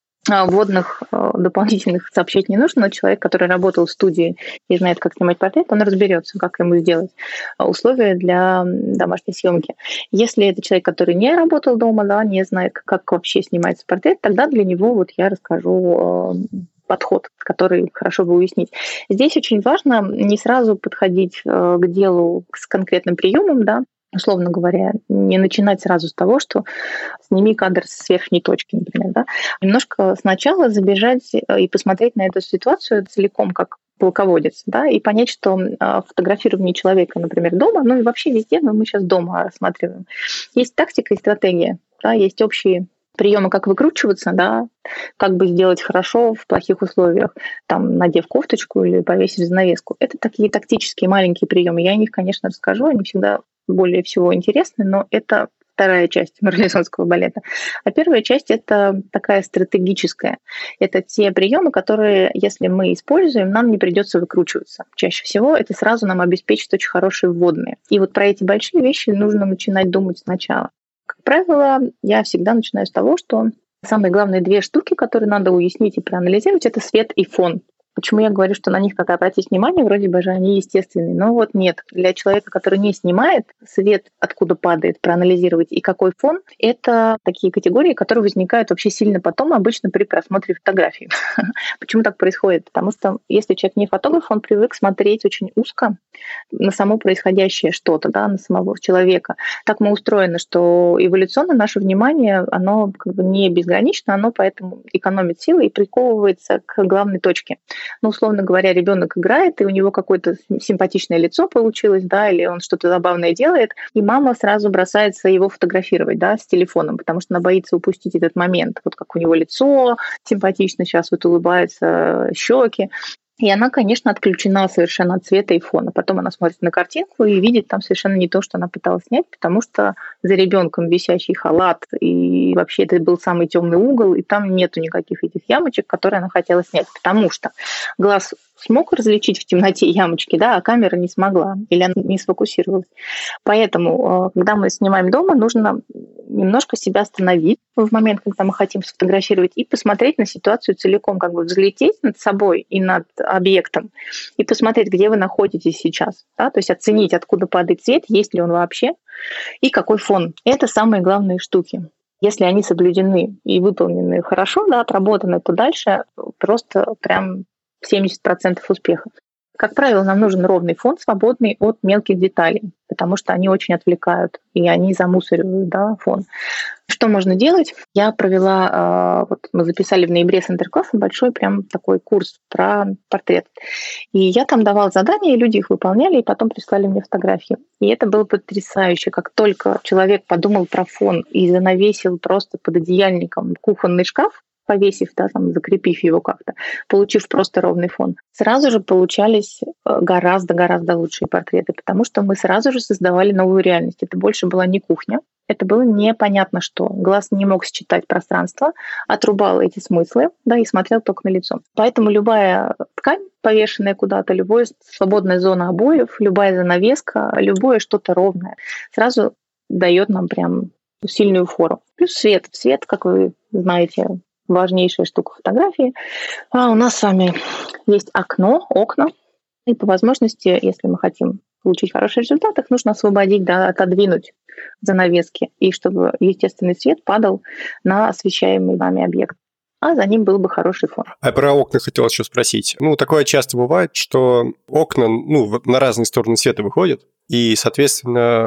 вводных дополнительных сообщений не нужно, но человек, который работал в студии и знает, как снимать портрет, он разберется, как ему сделать условия для домашней съемки. Если это человек, который не работал дома, да, не знает, как вообще снимается портрет, тогда для него вот я расскажу подход, который хорошо бы уяснить. Здесь очень важно не сразу подходить к делу с конкретным приемом, да, условно говоря, не начинать сразу с того, что сними кадр с верхней точки, например, да. Немножко сначала забежать и посмотреть на эту ситуацию целиком, как полководец, да, и понять, что фотографирование человека, например, дома, ну и вообще везде, но мы сейчас дома рассматриваем, есть тактика и стратегия, да, есть общие приемы, как выкручиваться, да, как бы сделать хорошо в плохих условиях, там, надев кофточку или повесив занавеску. Это такие тактические маленькие приемы. Я о них, конечно, расскажу, они всегда более всего интересны, но это вторая часть марлезонского балета. А первая часть — это такая стратегическая. Это те приемы, которые, если мы используем, нам не придется выкручиваться. Чаще всего это сразу нам обеспечит очень хорошие вводные. И вот про эти большие вещи нужно начинать думать сначала. Как правило, я всегда начинаю с того, что самые главные две штуки, которые надо уяснить и проанализировать, это свет и фон. Почему я говорю, что на них надо обратить внимание, вроде бы же они естественные. Но вот нет. Для человека, который не снимает, свет откуда падает, проанализировать и какой фон, это такие категории, которые возникают вообще сильно потом, обычно при просмотре фотографий. Почему так происходит? Потому что если человек не фотограф, он привык смотреть очень узко на само происходящее что-то, да, на самого человека. Так мы устроены, что эволюционно наше внимание, оно как бы не безгранично, оно поэтому экономит силы и приковывается к главной точке. Ну, условно говоря, ребенок играет, и у него какое-то симпатичное лицо получилось, да, или он что-то забавное делает, и мама сразу бросается его фотографировать, да, с телефоном, потому что она боится упустить этот момент, вот как у него лицо симпатично, сейчас вот улыбаются щеки. И она, конечно, отключена совершенно от цвета и фона. Потом она смотрит на картинку и видит там совершенно не то, что она пыталась снять, потому что за ребенком висящий халат, и вообще это был самый темный угол, и там нету никаких этих ямочек, которые она хотела снять, потому что глаз смог различить в темноте ямочки, да, а камера не смогла, или она не сфокусировалась. Поэтому, когда мы снимаем дома, нужно немножко себя остановить в момент, когда мы хотим сфотографировать, и посмотреть на ситуацию целиком, как бы взлететь над собой и над объектом, и посмотреть, где вы находитесь сейчас. Да? То есть оценить, откуда падает свет, есть ли он вообще, и какой фон. Это самые главные штуки. Если они соблюдены и выполнены хорошо, да, отработаны, то дальше просто прям семьдесят процентов успеха. Как правило, нам нужен ровный фон, свободный от мелких деталей, потому что они очень отвлекают, и они замусоривают, да, фон. Что можно делать? Я провела, вот мы записали в ноябре с интерклассом большой прям такой курс про портрет. И я там давала задания, и люди их выполняли, и потом прислали мне фотографии. И это было потрясающе. Как только человек подумал про фон и занавесил просто под одеяльником кухонный шкаф, повесив, да, там, закрепив его как-то, получив просто ровный фон, сразу же получались гораздо-гораздо лучшие портреты, потому что мы сразу же создавали новую реальность. Это больше была не кухня, это было непонятно что. Глаз не мог считать пространство, отрубал эти смыслы, да, и смотрел только на лицо. Поэтому любая ткань, повешенная куда-то, любая свободная зона обоев, любая занавеска, любое что-то ровное, сразу дает нам прям сильную фору. Плюс свет. Свет, как вы знаете, важнейшая штука фотографии. А у нас с вами есть окно, окна. И по возможности, если мы хотим получить хороший результат, их нужно освободить, да, отодвинуть занавески, и чтобы естественный свет падал на освещаемый нами объект. А за ним был бы хороший фон. А про окна хотел еще спросить. Ну, такое часто бывает, что окна, ну, на разные стороны света выходят, и, соответственно,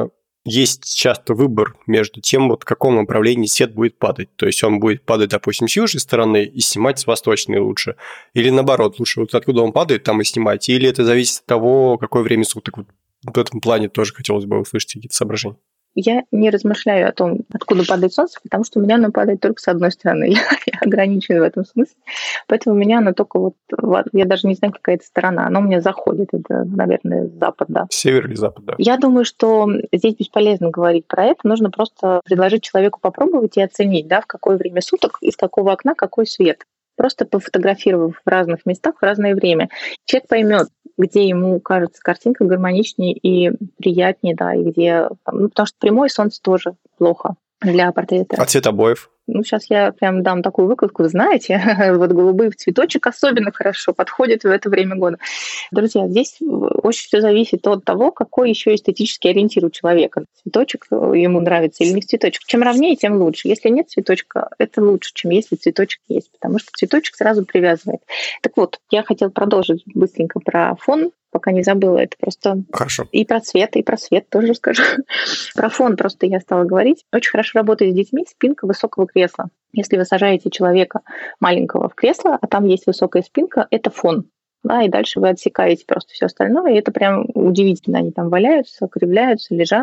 есть часто выбор между тем, вот в каком направлении свет будет падать. То есть он будет падать, допустим, с южной стороны и снимать с восточной лучше. Или наоборот, лучше вот откуда он падает, там и снимать. Или это зависит от того, какое время суток. Вот в этом плане тоже хотелось бы услышать какие-то соображения. Я не размышляю о том, откуда падает солнце, потому что у меня оно падает только с одной стороны. Я, я ограничена в этом смысле. Поэтому у меня оно только вот... Я даже не знаю, какая это сторона. Оно у меня заходит. Это, наверное, запад, да. Север или запад, да. Я думаю, что здесь бесполезно говорить про это. Нужно просто предложить человеку попробовать и оценить, да, в какое время суток, из какого окна какой свет. Просто пофотографировав в разных местах в разное время. Человек поймет, где ему кажется картинка гармоничнее и приятнее, да, и где... Ну, потому что прямое солнце тоже плохо для портрета. А цвет обоев? Ну, сейчас я прям дам такую выкладку. Вы знаете, вот голубые в цветочек особенно хорошо подходят в это время года. Друзья, здесь очень все зависит от того, какой еще эстетический ориентир у человека. Цветочек ему нравится или не цветочек. Чем ровнее, тем лучше. Если нет цветочка, это лучше, чем если цветочек есть, потому что цветочек сразу привязывает. Так вот, я хотела продолжить быстренько про фон, пока не забыла. Это просто... Хорошо. И про цвет, и про свет тоже расскажу. Про фон просто я стала говорить. Очень хорошо работает с детьми спинка высокого кресла. Если вы сажаете человека маленького в кресло, а там есть высокая спинка, это фон. Да, и дальше вы отсекаете просто все остальное, и это прям удивительно. Они там валяются, кривляются, лежат,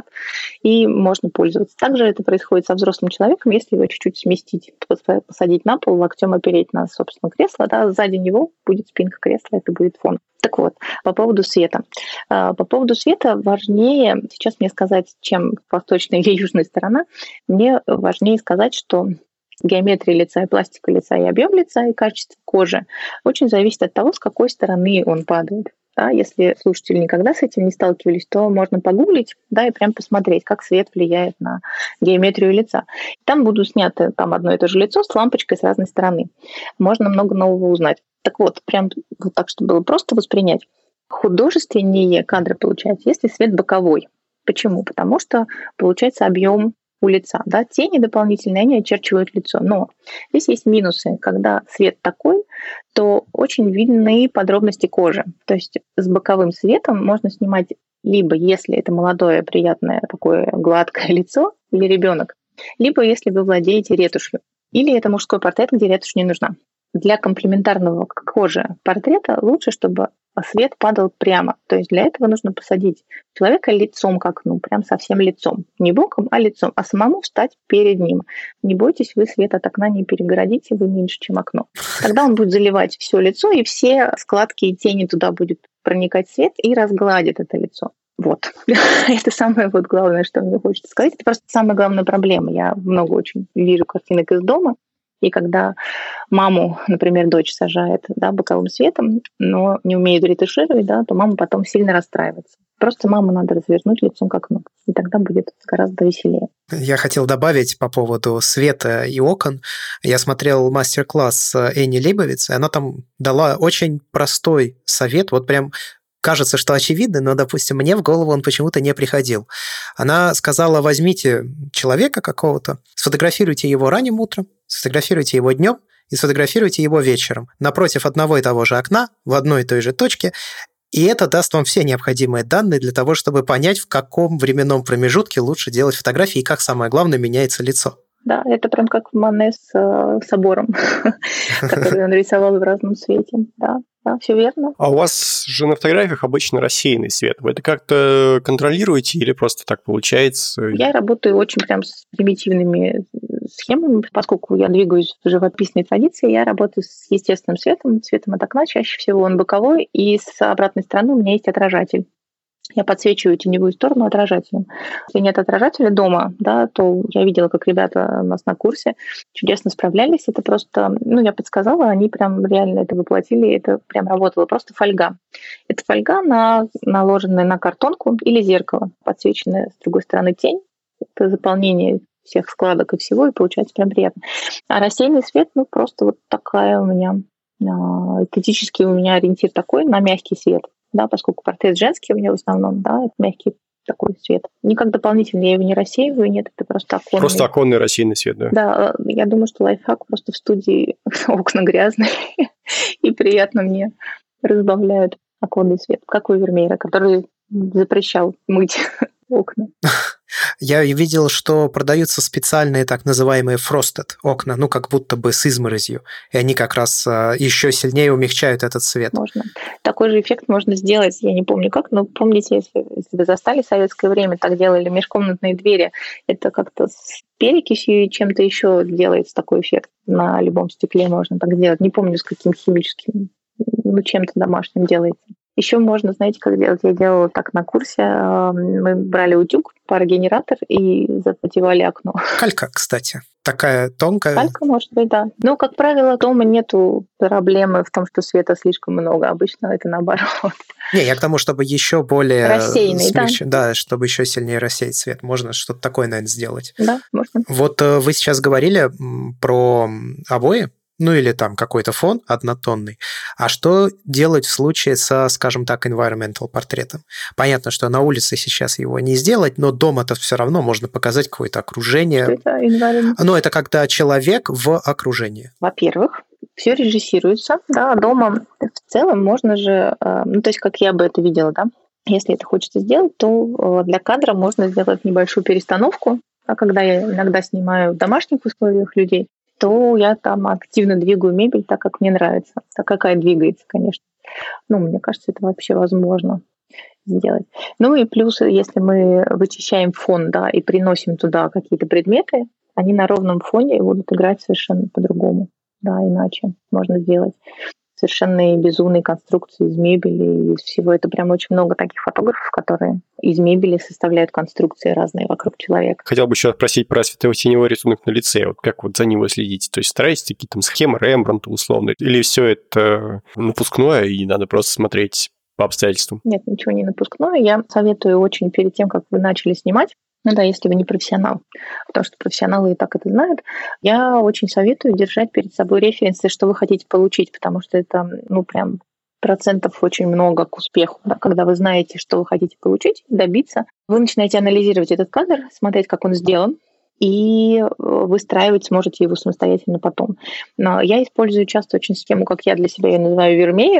и можно пользоваться. Также это происходит со взрослым человеком, если его чуть-чуть сместить, посадить на пол, локтем опереть на, собственно, кресло, да, сзади него будет спинка кресла, это будет фон. Так вот, по поводу света. По поводу света важнее сейчас мне сказать, чем восточная или южная сторона, мне важнее сказать, что геометрия лица и пластика лица и объем лица и качество кожи очень зависит от того, с какой стороны он падает. Да, если слушатели никогда с этим не сталкивались, то можно погуглить, да, и прям посмотреть, как свет влияет на геометрию лица. Там будут сняты там одно и то же лицо с лампочкой с разной стороны. Можно много нового узнать. Так вот, прям вот так, чтобы было просто воспринять. Художественнее кадры получаются, если свет боковой. Почему? Потому что получается объем у лица, да, тени дополнительные, они очерчивают лицо. Но здесь есть минусы. Когда свет такой, то очень видны подробности кожи. То есть с боковым светом можно снимать либо если это молодое, приятное, такое гладкое лицо или ребенок, либо если вы владеете ретушью. Или это мужской портрет, где ретушь не нужна. Для комплементарного к коже портрета лучше, чтобы свет падал прямо. То есть для этого нужно посадить человека лицом к окну, прям совсем лицом. Не боком, а лицом. А самому встать перед ним. Не бойтесь, вы свет от окна не перегородите, вы меньше, чем окно. Тогда он будет заливать все лицо, и все складки и тени туда будет проникать свет и разгладит это лицо. Вот. Это самое вот главное, что мне хочется сказать. Это просто самая главная проблема. Я много очень вижу картинок из дома. И когда маму, например, дочь сажает, да, боковым светом, но не умеет ретушировать, да, то мама потом сильно расстраивается. Просто маму надо развернуть лицом к окну, и тогда будет гораздо веселее. Я хотел добавить по поводу света и окон. Я смотрел мастер-класс Энни Лейбовиц, и она там дала очень простой совет, вот прям кажется, что очевидно, но, допустим, мне в голову он почему-то не приходил. Она сказала, возьмите человека какого-то, сфотографируйте его ранним утром, сфотографируйте его днем и сфотографируйте его вечером напротив одного и того же окна в одной и той же точке, и это даст вам все необходимые данные для того, чтобы понять, в каком временном промежутке лучше делать фотографии и как, самое главное, меняется лицо. Да, это прям как в Мане с э, собором, который он рисовал в разном свете. Да, да, все верно. А у вас же на фотографиях обычно рассеянный свет. Вы это как-то контролируете или просто так получается? Я работаю очень прям с примитивными схемами, поскольку я двигаюсь в живописной традиции, я работаю с естественным светом, цветом от окна, чаще всего он боковой, и с обратной стороны у меня есть отражатель. Я подсвечиваю теневую сторону отражателем. Если нет отражателя дома, да, то я видела, как ребята у нас на курсе чудесно справлялись. Это просто, ну, я подсказала, они прям реально это воплотили, это прям работало. Просто фольга. Это фольга, на, наложенная на картонку или зеркало, подсвеченная с другой стороны тень. Это заполнение всех складок и всего, и получается прям приятно. А рассеянный свет, ну, просто вот такая у меня, эстетический у меня ориентир такой на мягкий свет. Да, поскольку портрет женский у меня в основном, да, это мягкий такой свет. Никак дополнительно я его не рассеиваю, нет, это просто оконный. Просто оконный рассеянный свет, да? Да, я думаю, что лайфхак, просто в студии окна грязные, и приятно мне разбавляют оконный свет, как у Вермеера, который запрещал мыть окна. Я видел, что продаются специальные так называемые frosted окна, ну, как будто бы с изморозью, и они как раз еще сильнее умягчают этот свет. Можно. Такой же эффект можно сделать, я не помню как, но помните, если, если вы застали советское время, так делали межкомнатные двери, это как-то с перекисью и чем-то еще делается такой эффект. На любом стекле можно так делать. Не помню, с каким химическим, ну, чем-то домашним делается. Еще можно, знаете, как делать? Я делала так на курсе. Мы брали утюг, парогенератор и запотевали окно. Калька, кстати, такая тонкая. Калька, может быть, да. Но, как правило, дома нету проблемы в том, что света слишком много. Обычно это наоборот. Не, я к тому, чтобы еще более... Рассеянный, смягчить, да? Да, чтобы еще сильнее рассеять свет. Можно что-то такое, наверное, сделать. Да, можно. Вот вы сейчас говорили про обои, ну или там какой-то фон однотонный. А что делать в случае со, скажем так, environmental портретом? Понятно, что на улице сейчас его не сделать, но дома-то все равно можно показать какое-то окружение. Что это environment? Но это когда человек в окружении. Во-первых, все режиссируется, да, дома в целом можно же, ну то есть как я бы это видела, да, если это хочется сделать, то для кадра можно сделать небольшую перестановку, а когда я иногда снимаю в домашних условиях людей, то я там активно двигаю мебель так, как мне нравится, так, какая двигается, конечно. Ну, мне кажется, это вообще возможно сделать. Ну и плюс, если мы вычищаем фон, да, и приносим туда какие-то предметы, они на ровном фоне будут играть совершенно по-другому, да, иначе можно сделать. Совершенно безумные конструкции из мебели, из всего. Это прям очень много таких фотографов, которые из мебели составляют конструкции разные вокруг человека. Хотел бы еще спросить про светово-теневой рисунок на лице. Вот как вот за ним вы следите? То есть стараетесь такие там схемы Рембрандта условно? Или все это напускное и надо просто смотреть по обстоятельствам? Нет, ничего не напускное. Я советую очень перед тем, как вы начали снимать, ну да, если вы не профессионал, потому что профессионалы и так это знают, я очень советую держать перед собой референсы, что вы хотите получить, потому что это, ну, прям процентов очень много к успеху. Да? Когда вы знаете, что вы хотите получить, добиться, вы начинаете анализировать этот кадр, смотреть, как он сделан, и выстраивать сможете его самостоятельно потом. Но я использую часто очень схему, как я для себя ее называю, Вермеер.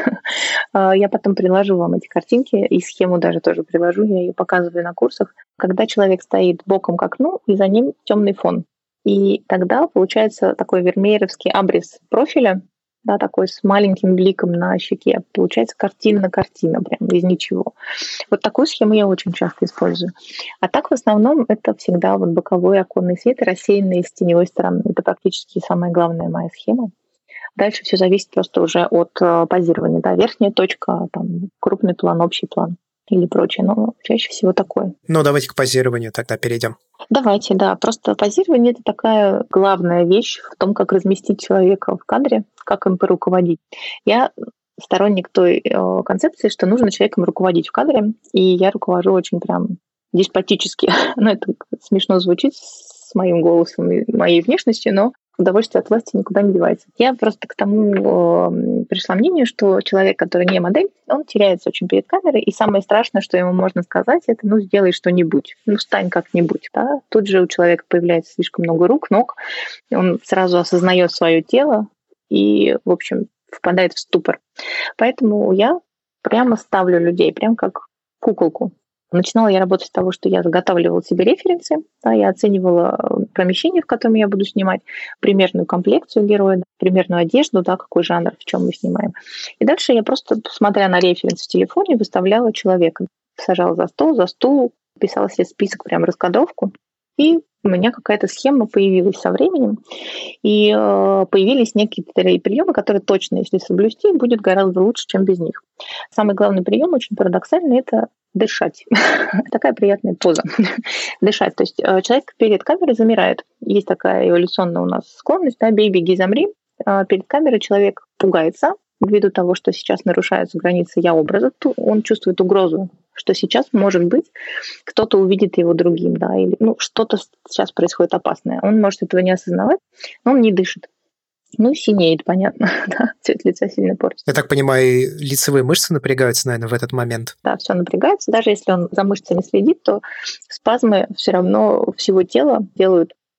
Я потом приложу вам эти картинки, и схему даже тоже приложу, я ее показываю на курсах. Когда человек стоит боком к окну, и за ним темный фон. И тогда получается такой вермееровский абрис профиля, да, такой с маленьким бликом на щеке. Получается картина на картина, прям из ничего. Вот такую схему я очень часто использую. А так в основном это всегда вот боковой оконный свет, рассеянный с теневой стороны. Это практически самая главная моя схема. Дальше все зависит просто уже от позирования. Да, верхняя точка, там, крупный план, общий план или прочее, но чаще всего такое. Ну, давайте к позированию тогда перейдем. Давайте, да. Просто позирование — это такая главная вещь в том, как разместить человека в кадре, как им поруководить. Я сторонник той э, концепции, что нужно человеком руководить в кадре, и я руковожу очень прям деспотически. Ну, это смешно звучит с моим голосом и моей внешностью, но удовольствие от власти никуда не девается. Я просто к тому э, пришла мнению, что человек, который не модель, он теряется очень перед камерой, и самое страшное, что ему можно сказать, это ну сделай что-нибудь, ну стань как-нибудь. Да? Тут же у человека появляется слишком много рук, ног, он сразу осознает свое тело и, в общем, впадает в ступор. Поэтому я прямо ставлю людей, прям как куколку. Начинала я работать с того, что я заготавливала себе референсы, да, я оценивала помещение, в котором я буду снимать, примерную комплекцию героя, примерную одежду, да, какой жанр, в чем мы снимаем. И дальше я просто, смотря на референс в телефоне, выставляла человека. Сажала за стол, за стул, писала себе список, прям раскадровку, и у меня какая-то схема появилась со временем, и э, появились некоторые приемы, которые точно, если соблюсти, будет гораздо лучше, чем без них. Самый главный прием, очень парадоксальный, это дышать. Такая приятная поза. Дышать. То есть э, человек перед камерой замирает. Есть такая эволюционная у нас склонность, да, бей, беги, замри. Э, перед камерой человек пугается ввиду того, что сейчас нарушаются границы я-образа, он чувствует угрозу, что сейчас, может быть, кто-то увидит его другим, да, или ну, что-то сейчас происходит опасное. Он может этого не осознавать, но он не дышит. Ну, синеет, понятно, да, цвет лица сильно портится. Я так понимаю, лицевые мышцы напрягаются, наверное, в этот момент. Да, все напрягается. Даже если он за мышцами следит, то спазмы все равно всего тела делают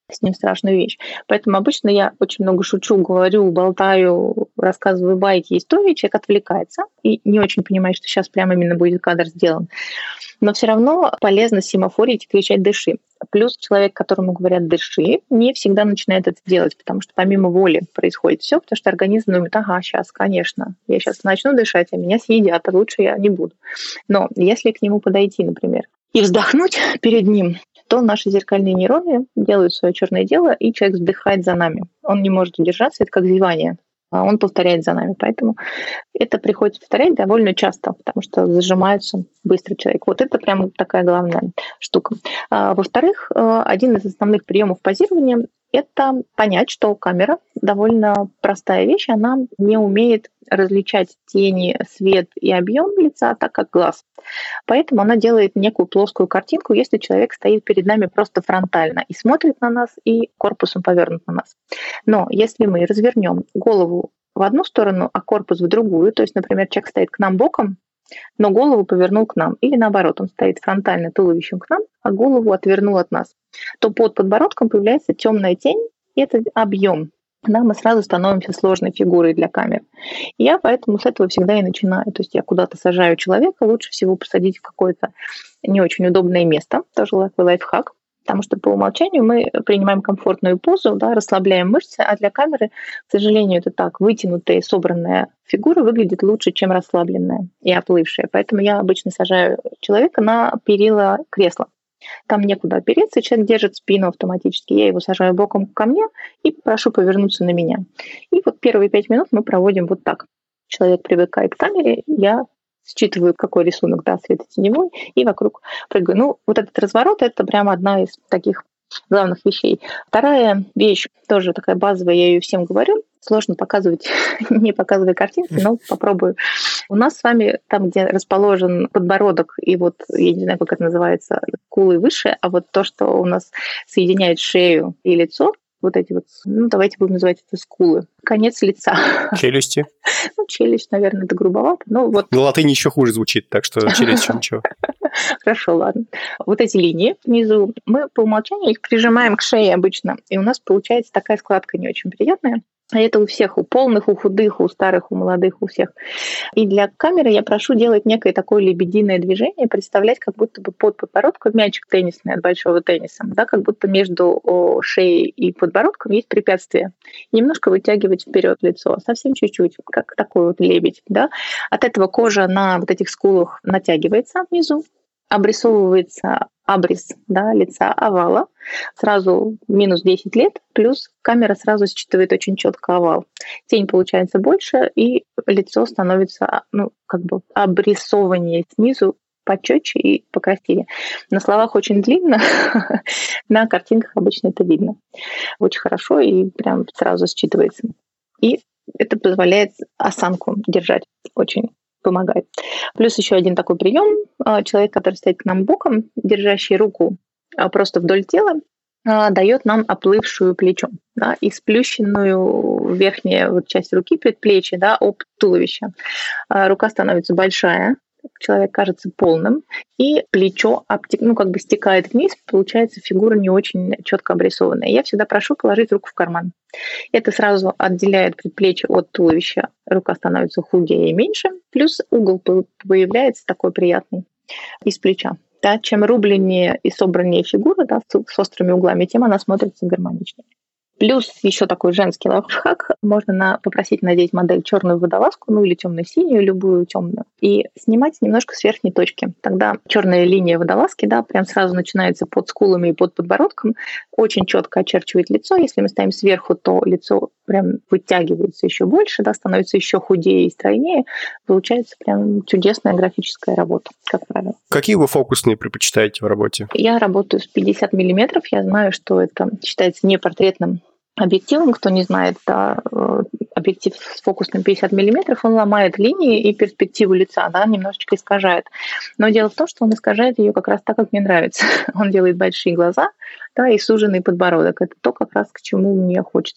с ним страшную вещь. Поэтому обычно я очень много шучу, говорю, болтаю, рассказываю байки, истории, человек отвлекается и не очень понимает, что сейчас прямо именно будет кадр сделан. Но все равно полезно семафорить и кричать «дыши». Плюс человек, которому говорят «дыши», не всегда начинает это делать, потому что помимо воли происходит все, потому что организм думает: ага, сейчас, конечно, я сейчас начну дышать, а меня съедят, а лучше я не буду. Но если к нему подойти, например, и вздохнуть перед ним, то наши зеркальные нейроны делают свое черное дело, и человек вздыхает за нами. Он не может удержаться, это как зевание. Он повторяет за нами. Поэтому это приходится повторять довольно часто, потому что зажимается быстро человек. Вот это прям такая главная штука. А, во-вторых, один из основных приемов позирования — это понять, что камера довольно простая вещь, она не умеет различать тени, свет и объем лица так, как глаз. Поэтому она делает некую плоскую картинку, если человек стоит перед нами просто фронтально и смотрит на нас, и корпусом повернут на нас. Но если мы развернем голову в одну сторону, а корпус в другую, то есть, например, человек стоит к нам боком, но голову повернул к нам, или наоборот, он стоит фронтально туловищем к нам, а голову отвернул от нас, то под подбородком появляется темная тень, и это объем. Да, мы сразу становимся сложной фигурой для камер. И я поэтому с этого всегда и начинаю. То есть я куда-то сажаю человека, лучше всего посадить в какое-то не очень удобное место, тоже такой лайфхак, потому что по умолчанию мы принимаем комфортную позу, да, расслабляем мышцы, а для камеры, к сожалению, это так, вытянутая, собранная фигура выглядит лучше, чем расслабленная и оплывшая. Поэтому я обычно сажаю человека на перила кресла. Там некуда опереться, человек держит спину автоматически. Я его сажаю боком ко мне и прошу повернуться на меня. И вот первые пять минут мы проводим вот так. Человек привыкает к камере, я считываю, какой рисунок, да, светотеневой, и вокруг прыгаю. Ну, вот этот разворот — это прямо одна из таких главных вещей. Вторая вещь, тоже такая базовая, я ее всем говорю, сложно показывать, не показывая картинки, но попробую. У нас с вами там, где расположен подбородок, и вот, я не знаю, как это называется, скулы выше, а вот то, что у нас соединяет шею и лицо, вот эти вот, ну, давайте будем называть это скулы. Конец лица. Челюсти. Ну, челюсть, наверное, это грубовато. Но вот... На латыни еще хуже звучит, так что челюсть ничего. Хорошо, ладно. Вот эти линии внизу, мы по умолчанию их прижимаем к шее обычно, и у нас получается такая складка не очень приятная. А это у всех, у полных, у худых, у старых, у молодых, у всех. И для камеры я прошу делать некое такое лебединое движение, представлять, как будто бы под подбородком мячик теннисный от большого тенниса, да, как будто между шеей и подбородком есть препятствие. Немножко вытягивать вперед лицо, совсем чуть-чуть, как такой вот лебедь. Да. От этого кожа на вот этих скулах натягивается внизу, обрисовывается абрис, да, лица овала, сразу минус десять лет, плюс камера сразу считывает очень четко овал. Тень получается больше, и лицо становится, ну, как бы обрисовывание снизу почетче и покрасивее. На словах очень длинно, на картинках обычно это видно. Очень хорошо и прям сразу считывается. И это позволяет осанку держать очень. Помогает. Плюс еще один такой прием. Человек, который стоит к нам боком, держащий руку просто вдоль тела, дает нам оплывшую плечо, да, и сплющенную верхнюю вот часть руки, предплечья, да, об туловище. Рука становится большая, человек кажется полным, и плечо обтек, ну, как бы стекает вниз, получается фигура не очень четко обрисованная. Я всегда прошу положить руку в карман. Это сразу отделяет предплечье от туловища, рука становится худее и меньше, плюс угол появляется такой приятный из плеча. Да, чем рубленнее и собраннее фигура, да, с острыми углами, тем она смотрится гармоничнее. Плюс еще такой женский лайфхак. Можно на, попросить надеть модель черную водолазку, ну или темно-синюю, любую темную, и снимать немножко с верхней точки. Тогда черная линия водолазки, да, прям сразу начинается под скулами и под подбородком, очень четко очерчивает лицо. Если мы ставим сверху, то лицо прям вытягивается еще больше, да, становится еще худее и стройнее. Получается прям чудесная графическая работа, как правило. Какие вы фокусные предпочитаете в работе? Я работаю с пятьдесят миллиметров. Я знаю, что это считается непортретным объективом. Кто не знает, да, объектив с фокусным пятьдесят миллиметров, он ломает линии и перспективу лица, да, немножечко искажает. Но дело в том, что он искажает ее как раз так, как мне нравится. Он делает большие глаза, да, и суженный подбородок. Это то, как раз к чему мне хочется вот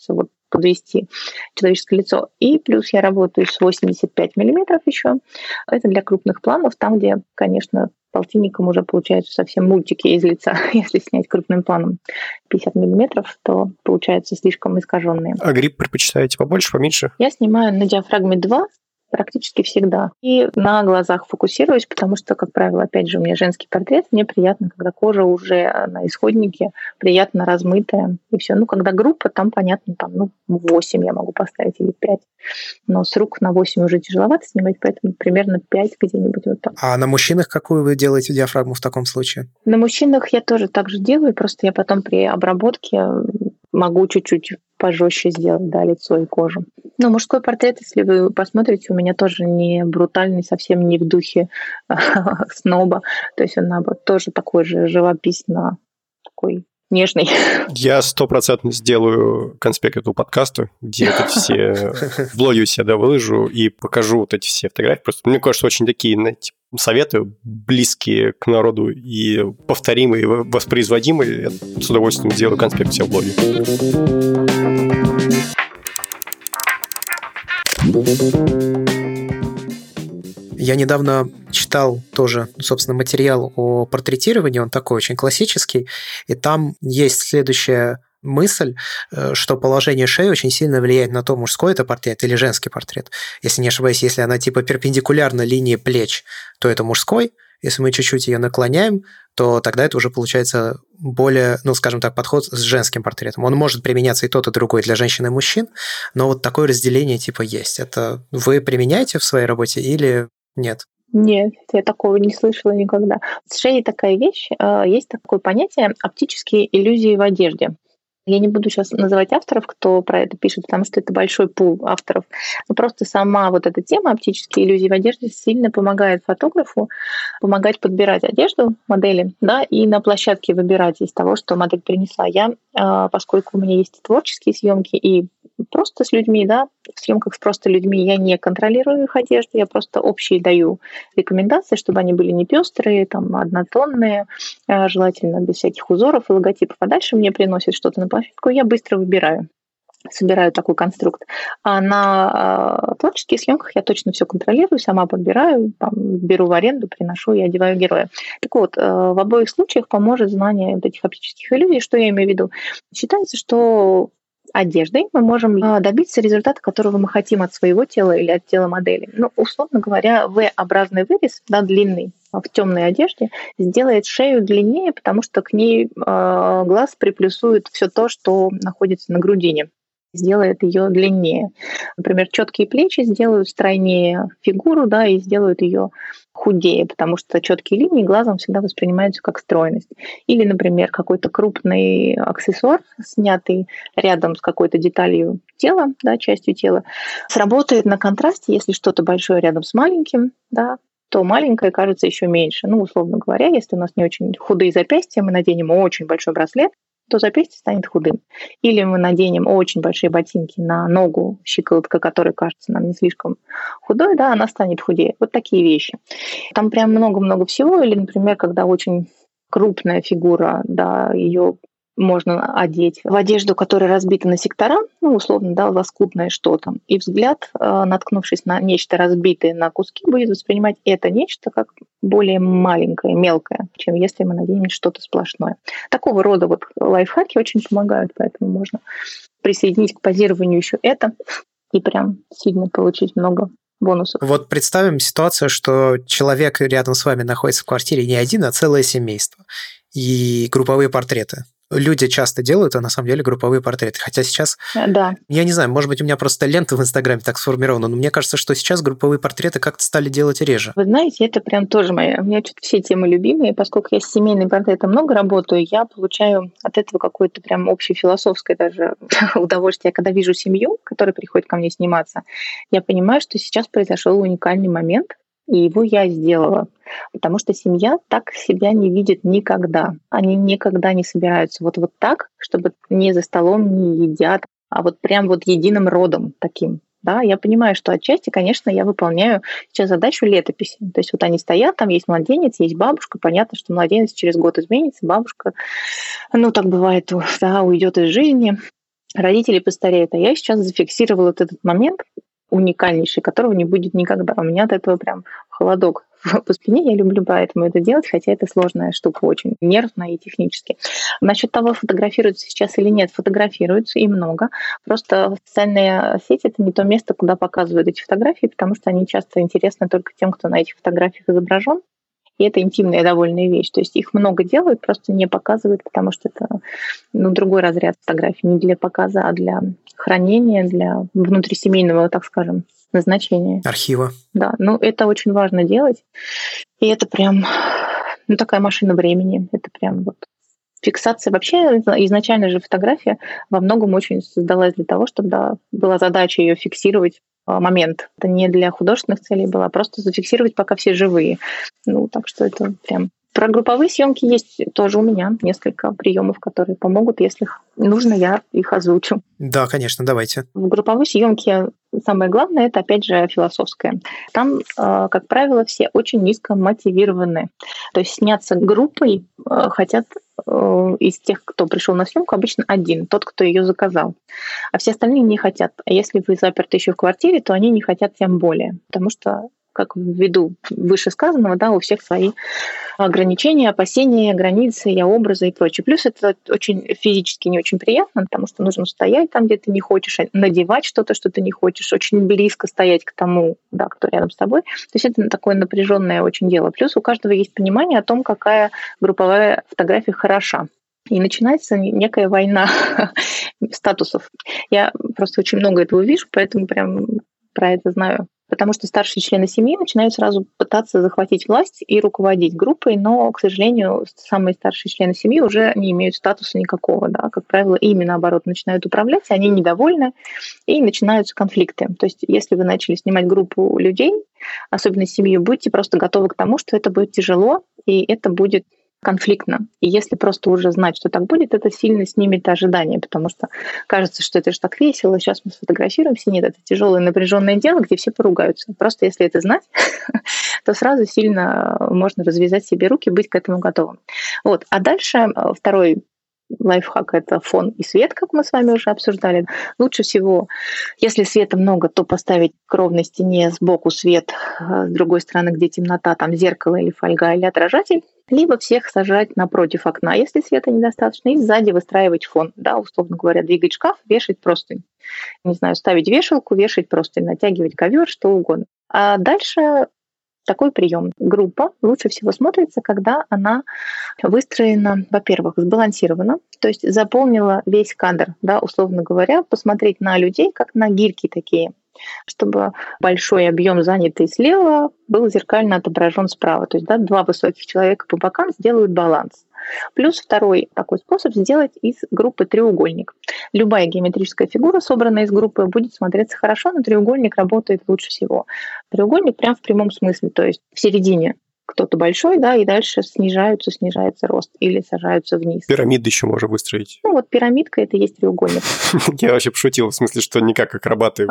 подвести человеческое лицо. И плюс я работаю с восемьдесят пять миллиметров еще. Это для крупных планов, там, где, конечно, полтинником уже получаются совсем мультики из лица. Если снять крупным планом пятьдесят миллиметров, то получаются слишком искаженные. А гриб предпочитаете побольше, поменьше? Я снимаю на диафрагме два практически всегда. И на глазах фокусируюсь, потому что, как правило, опять же, у меня женский портрет, мне приятно, когда кожа уже на исходнике, приятно размытая, и все. Ну, когда группа, там, понятно, там, ну, восемь я могу поставить или пять. Но с рук на восемь уже тяжеловато снимать, поэтому примерно пять где-нибудь вот так. А на мужчинах какую вы делаете диафрагму в таком случае? На мужчинах я тоже так же делаю, просто я потом при обработке могу чуть-чуть пожестче сделать, да, лицо и кожу. Но мужской портрет, если вы посмотрите, у меня тоже не брутальный, совсем не в духе сноба. То есть он, наоборот, тоже такой же живописно, такой нежный. Я стопроцентно сделаю конспект этого подкаста, где это все в блоге у себя, да, выложу и покажу вот эти все фотографии. Просто мне кажется, очень такие, знаете, советы близкие к народу и повторимые, воспроизводимые. Я с удовольствием сделаю конспект у себя в блоге. Я недавно читал тоже, собственно, материал о портретировании, он такой очень классический, и там есть следующая мысль, что положение шеи очень сильно влияет на то, мужской это портрет или женский портрет. Если не ошибаюсь, если она типа перпендикулярна линии плеч, то это мужской. Если мы чуть-чуть ее наклоняем, то тогда это уже получается более, ну, скажем так, подход с женским портретом. Он может применяться и тот, и другой для женщин и мужчин, но вот такое разделение типа есть. Это вы применяете в своей работе или нет? Нет, я такого не слышала никогда. С шеей такая вещь, есть такое понятие оптические иллюзии в одежде. Я не буду сейчас называть авторов, кто про это пишет, потому что это большой пул авторов. Но просто сама вот эта тема оптические иллюзии в одежде сильно помогает фотографу помогать подбирать одежду модели, да, и на площадке выбирать из того, что модель принесла. Я, поскольку у меня есть творческие съемки и просто с людьми, да, в съемках с просто людьми я не контролирую их одежду, я просто общие даю рекомендации, чтобы они были не пестрые, там, однотонные, желательно без всяких узоров и логотипов. А дальше мне приносят что-то на площадку, я быстро выбираю, собираю такой конструкт. А на творческих съемках я точно все контролирую, сама подбираю, там, беру в аренду, приношу и одеваю героя. Так вот, в обоих случаях поможет знание вот этих оптических иллюзий. Что я имею в виду? Считается, что одеждой мы можем добиться результата, которого мы хотим от своего тела или от тела модели. Ну, условно говоря, V-образный вырез, да, длинный, в темной одежде, сделает шею длиннее, потому что к ней э, глаз приплюсует все то, что находится на грудине, сделает ее длиннее. Например, четкие плечи сделают стройнее фигуру, да, и сделают ее худее, потому что четкие линии глазом всегда воспринимаются как стройность. Или, например, какой-то крупный аксессуар, снятый рядом с какой-то деталью тела, да, частью тела, сработает на контрасте, если что-то большое рядом с маленьким, да, то маленькое кажется еще меньше. Ну, условно говоря, если у нас не очень худые запястья, мы наденем очень большой браслет, то запястье станет худым. Или мы наденем очень большие ботинки на ногу, щиколотка которой кажется нам не слишком худой, да, она станет худее. Вот такие вещи. Там прям много-много всего. Или, например, когда очень крупная фигура, да, ее можно одеть в одежду, которая разбита на сектора, ну, условно, да, лоскутное что-то. И взгляд, наткнувшись на нечто разбитое на куски, будет воспринимать это нечто как более маленькое, мелкое, чем если мы наденем что-то сплошное. Такого рода вот лайфхаки очень помогают, поэтому можно присоединить к позированию еще это и прям сильно получить много бонусов. Вот представим ситуацию, что человек рядом с вами находится в квартире не один, а целое семейство. И групповые портреты. Люди часто делают, а на самом деле групповые портреты. Хотя сейчас, да. Я не знаю, может быть, у меня просто лента в Инстаграме так сформирована, но мне кажется, что сейчас групповые портреты как-то стали делать реже. Вы знаете, это прям тоже моя... У меня что-то все темы любимые, поскольку я с семейным портретом много работаю, я получаю от этого какое-то прям общефилософское даже удовольствие. Когда вижу семью, которая приходит ко мне сниматься, я понимаю, что сейчас произошел уникальный момент, и его я сделала. Потому что семья так себя не видит никогда. Они никогда не собираются вот, вот так, чтобы не за столом не едят, а вот прям вот единым родом таким. Да, я понимаю, что отчасти, конечно, я выполняю сейчас задачу летописи. То есть вот они стоят, там есть младенец, есть бабушка. Понятно, что младенец через год изменится, бабушка, ну так бывает, да, уйдет из жизни. родители постареют, а я сейчас зафиксировала вот этот момент уникальнейший, которого не будет никогда. У меня от этого прям холодок по спине. Я люблю поэтому это делать, хотя это сложная штука, очень нервная и технически. Насчет того, фотографируются сейчас или нет, фотографируются и много. Просто социальные сети — это не то место, куда показывают эти фотографии, потому что они часто интересны только тем, кто на этих фотографиях изображен. И это интимная довольная вещь. То есть их много делают, просто не показывают, потому что это ну, другой разряд фотографий. Не для показа, а для хранения, для внутрисемейного, так скажем, назначения. Архива. Да, ну это очень важно делать. И это прям ну, такая машина времени. Это прям вот фиксация. Вообще изначально же фотография во многом очень создалась для того, чтобы да, была задача ее фиксировать момент. Это не для художественных целей было, а просто зафиксировать, пока все живые. Ну, так что это прям... Про групповые съемки есть тоже у меня несколько приемов, которые помогут, если нужно, я их озвучу. Да, конечно, давайте. В групповой съемке самое главное — это, опять же, философское. Там, как правило, все очень низко мотивированы. То есть сняться группой хотят из тех, кто пришел на съемку, обычно один, тот, кто ее заказал. А все остальные не хотят. А если вы заперты еще в квартире, то они не хотят тем более. Потому что, как ввиду вышесказанного, да, у всех свои ограничения, опасения, границы, я образы и прочее. Плюс это очень физически не очень приятно, потому что нужно стоять там, где ты не хочешь, надевать что-то, что ты не хочешь, очень близко стоять к тому, да, кто рядом с тобой. То есть это такое напряженное очень дело. Плюс у каждого есть понимание о том, какая групповая фотография хороша. И начинается некая война статусов. Я просто очень много этого вижу, поэтому прям про это знаю. Потому что старшие члены семьи начинают сразу пытаться захватить власть и руководить группой, но, к сожалению, самые старшие члены семьи уже не имеют статуса никакого. Да? Как правило, ими, наоборот, начинают управлять, они недовольны, и начинаются конфликты. То есть если вы начали снимать группу людей, особенно семью, будьте просто готовы к тому, что это будет тяжело, и это будет конфликтно. И если просто уже знать, что так будет, это сильно снимет ожидания, потому что кажется, что это же так весело, сейчас мы сфотографируемся. Нет, это тяжелое напряженное дело, где все поругаются. Просто если это знать, то сразу сильно можно развязать себе руки, быть к этому готовым. Вот. А дальше второй лайфхак — это фон и свет, как мы с вами уже обсуждали. Лучше всего, если света много, то поставить к ровной стене сбоку свет, с другой стороны, где темнота, там зеркало или фольга или отражатель, либо всех сажать напротив окна, если света недостаточно, и сзади выстраивать фон, да, условно говоря, двигать шкаф, вешать простынь. Не знаю, ставить вешалку, вешать простынь, натягивать ковер, что угодно. А дальше такой прием. Группа лучше всего смотрится, когда она выстроена, во-первых, сбалансирована, то есть заполнила весь кадр, да, условно говоря, посмотреть на людей, как на гирьки такие, чтобы большой объем, занятый слева, был зеркально отображен справа. То есть да, два высоких человека по бокам сделают баланс. Плюс второй такой способ — сделать из группы треугольник. Любая геометрическая фигура, собранная из группы, будет смотреться хорошо, но треугольник работает лучше всего. Треугольник прям в прямом смысле, то есть в середине кто-то большой, да, и дальше снижаются, снижается рост или сажаются вниз. Пирамиды еще можно выстроить. Ну вот пирамидка — это и есть треугольник. Я вообще пошутил, в смысле, что не как акробаты.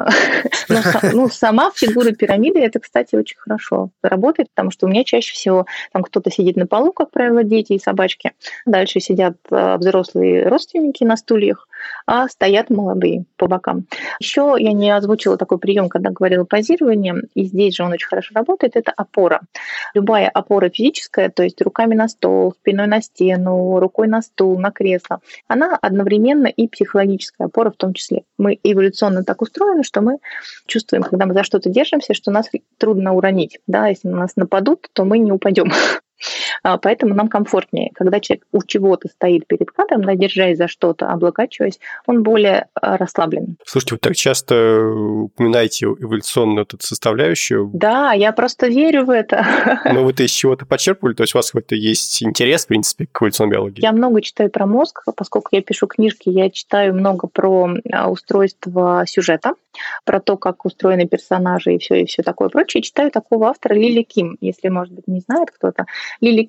Ну, сама фигура пирамиды, это, кстати, очень хорошо работает, потому что у меня чаще всего там кто-то сидит на полу, как правило, дети и собачки. Дальше сидят взрослые родственники на стульях, а стоят молодые по бокам. Еще я не озвучила такой прием, когда говорила позирование, и здесь же он очень хорошо работает, это опора. Любая опора физическая, то есть руками на стол, спиной на стену, рукой на стул, на кресло, она одновременно и психологическая опора в том числе. Мы эволюционно так устроены, что мы чувствуем, когда мы за что-то держимся, что нас трудно уронить. Да? Если на нас нападут, то мы не упадем. Поэтому нам комфортнее. Когда человек у чего-то стоит перед кадром, да, держась за что-то, облокачиваясь, он более расслаблен. Слушайте, вы так часто упоминаете эволюционную вот эту составляющую. Да, я просто верю в это. Но вы-то из чего-то почерпывали? То есть у вас какой-то есть интерес, в принципе, к эволюционной биологии? Я много читаю про мозг, поскольку я пишу книжки, я читаю много про устройство сюжета, про то, как устроены персонажи и все, и все такое прочее. Читаю такого автора Лили Ким, если, может быть, не знает кто-то. Лили Ким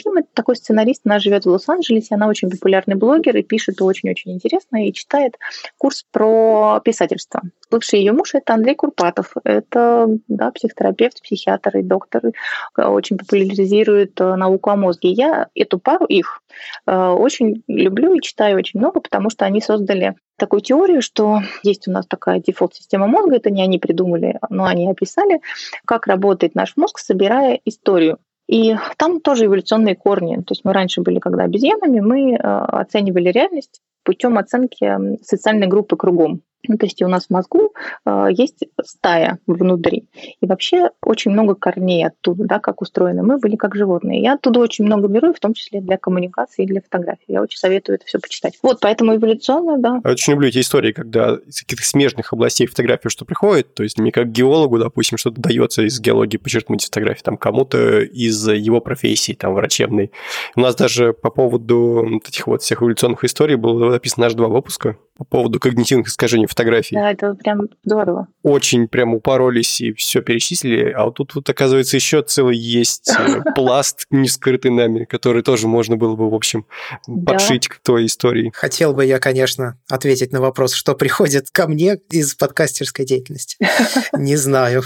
Ким – это такой сценарист, она живет в Лос-Анджелесе, она очень популярный блогер и пишет очень-очень интересно, и читает курс про писательство. Бывший ее муж – это Андрей Курпатов. Это да, психотерапевт, психиатр и доктор. Очень популяризирует науку о мозге. Я эту пару, их, очень люблю и читаю очень много, потому что они создали такую теорию, что есть у нас такая дефолт-система мозга, это не они придумали, но они описали, как работает наш мозг, собирая историю. И там тоже эволюционные корни. То есть мы раньше были, когда обезьянами, мы оценивали реальность путем оценки социальной группы кругом. Ну, то есть у нас в мозгу э, есть стая внутри. И вообще очень много корней оттуда, да, как устроены. Мы были как животные. Я оттуда очень много беру, в том числе для коммуникации и для фотографий. Я очень советую это все почитать. Вот, поэтому эволюционно, да. Я очень люблю эти истории, когда из каких-то смежных областей фотографии что приходит. То есть мне как геологу, допустим, что-то дается из геологии почерпнуть фотографии, там кому-то из его профессии, там, врачебной. У нас даже по поводу вот этих вот всех эволюционных историй было написано аж два выпуска по поводу когнитивных искажений фотографий. Да, это прям здорово. Очень прям упоролись и все перечислили, а вот тут вот, оказывается, еще целый есть пласт, не скрытый нами, который тоже можно было бы, в общем, подшить к той истории. Хотел бы я, конечно, ответить на вопрос, что приходит ко мне из подкастерской деятельности. Не знаю.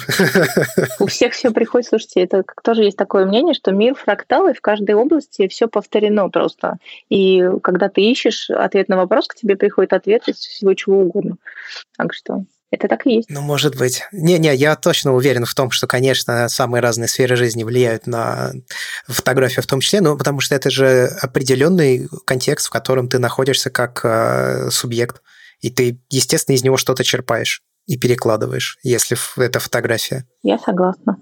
У всех все приходит. Слушайте, это тоже есть такое мнение, что мир фрактал, и в каждой области все повторено просто. И когда ты ищешь ответ на вопрос, к тебе приходит ответ из всего чего угодно. Так что это так и есть. Ну, может быть. Не-не, я точно уверен в том, что, конечно, самые разные сферы жизни влияют на фотографию в том числе, но потому что это же определенный контекст, в котором ты находишься как э, субъект, и ты, естественно, из него что-то черпаешь и перекладываешь, если это фотография. Я согласна.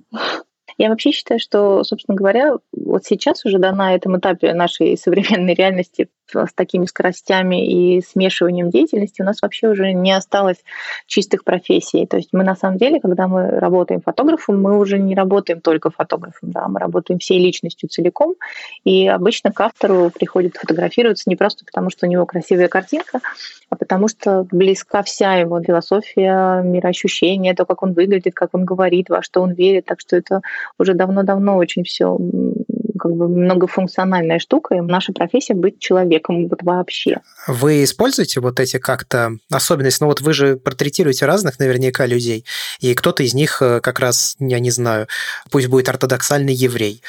Я вообще считаю, что, собственно говоря, вот сейчас уже да, на этом этапе нашей современной реальности с такими скоростями и смешиванием деятельности у нас вообще уже не осталось чистых профессий. То есть мы на самом деле, когда мы работаем фотографом, мы уже не работаем только фотографом, да, мы работаем всей личностью целиком. И обычно к автору приходит фотографироваться не просто потому, что у него красивая картинка, а потому что близка вся его философия, мироощущение, то, как он выглядит, как он говорит, во что он верит. Так что это уже давно-давно очень все как бы многофункциональная штука, и наша профессия быть человеком вот вообще. Вы используете вот эти как-то особенности? Ну вот вы же портретируете разных наверняка людей, и кто-то из них как раз, я не знаю, пусть будет ортодоксальный еврей,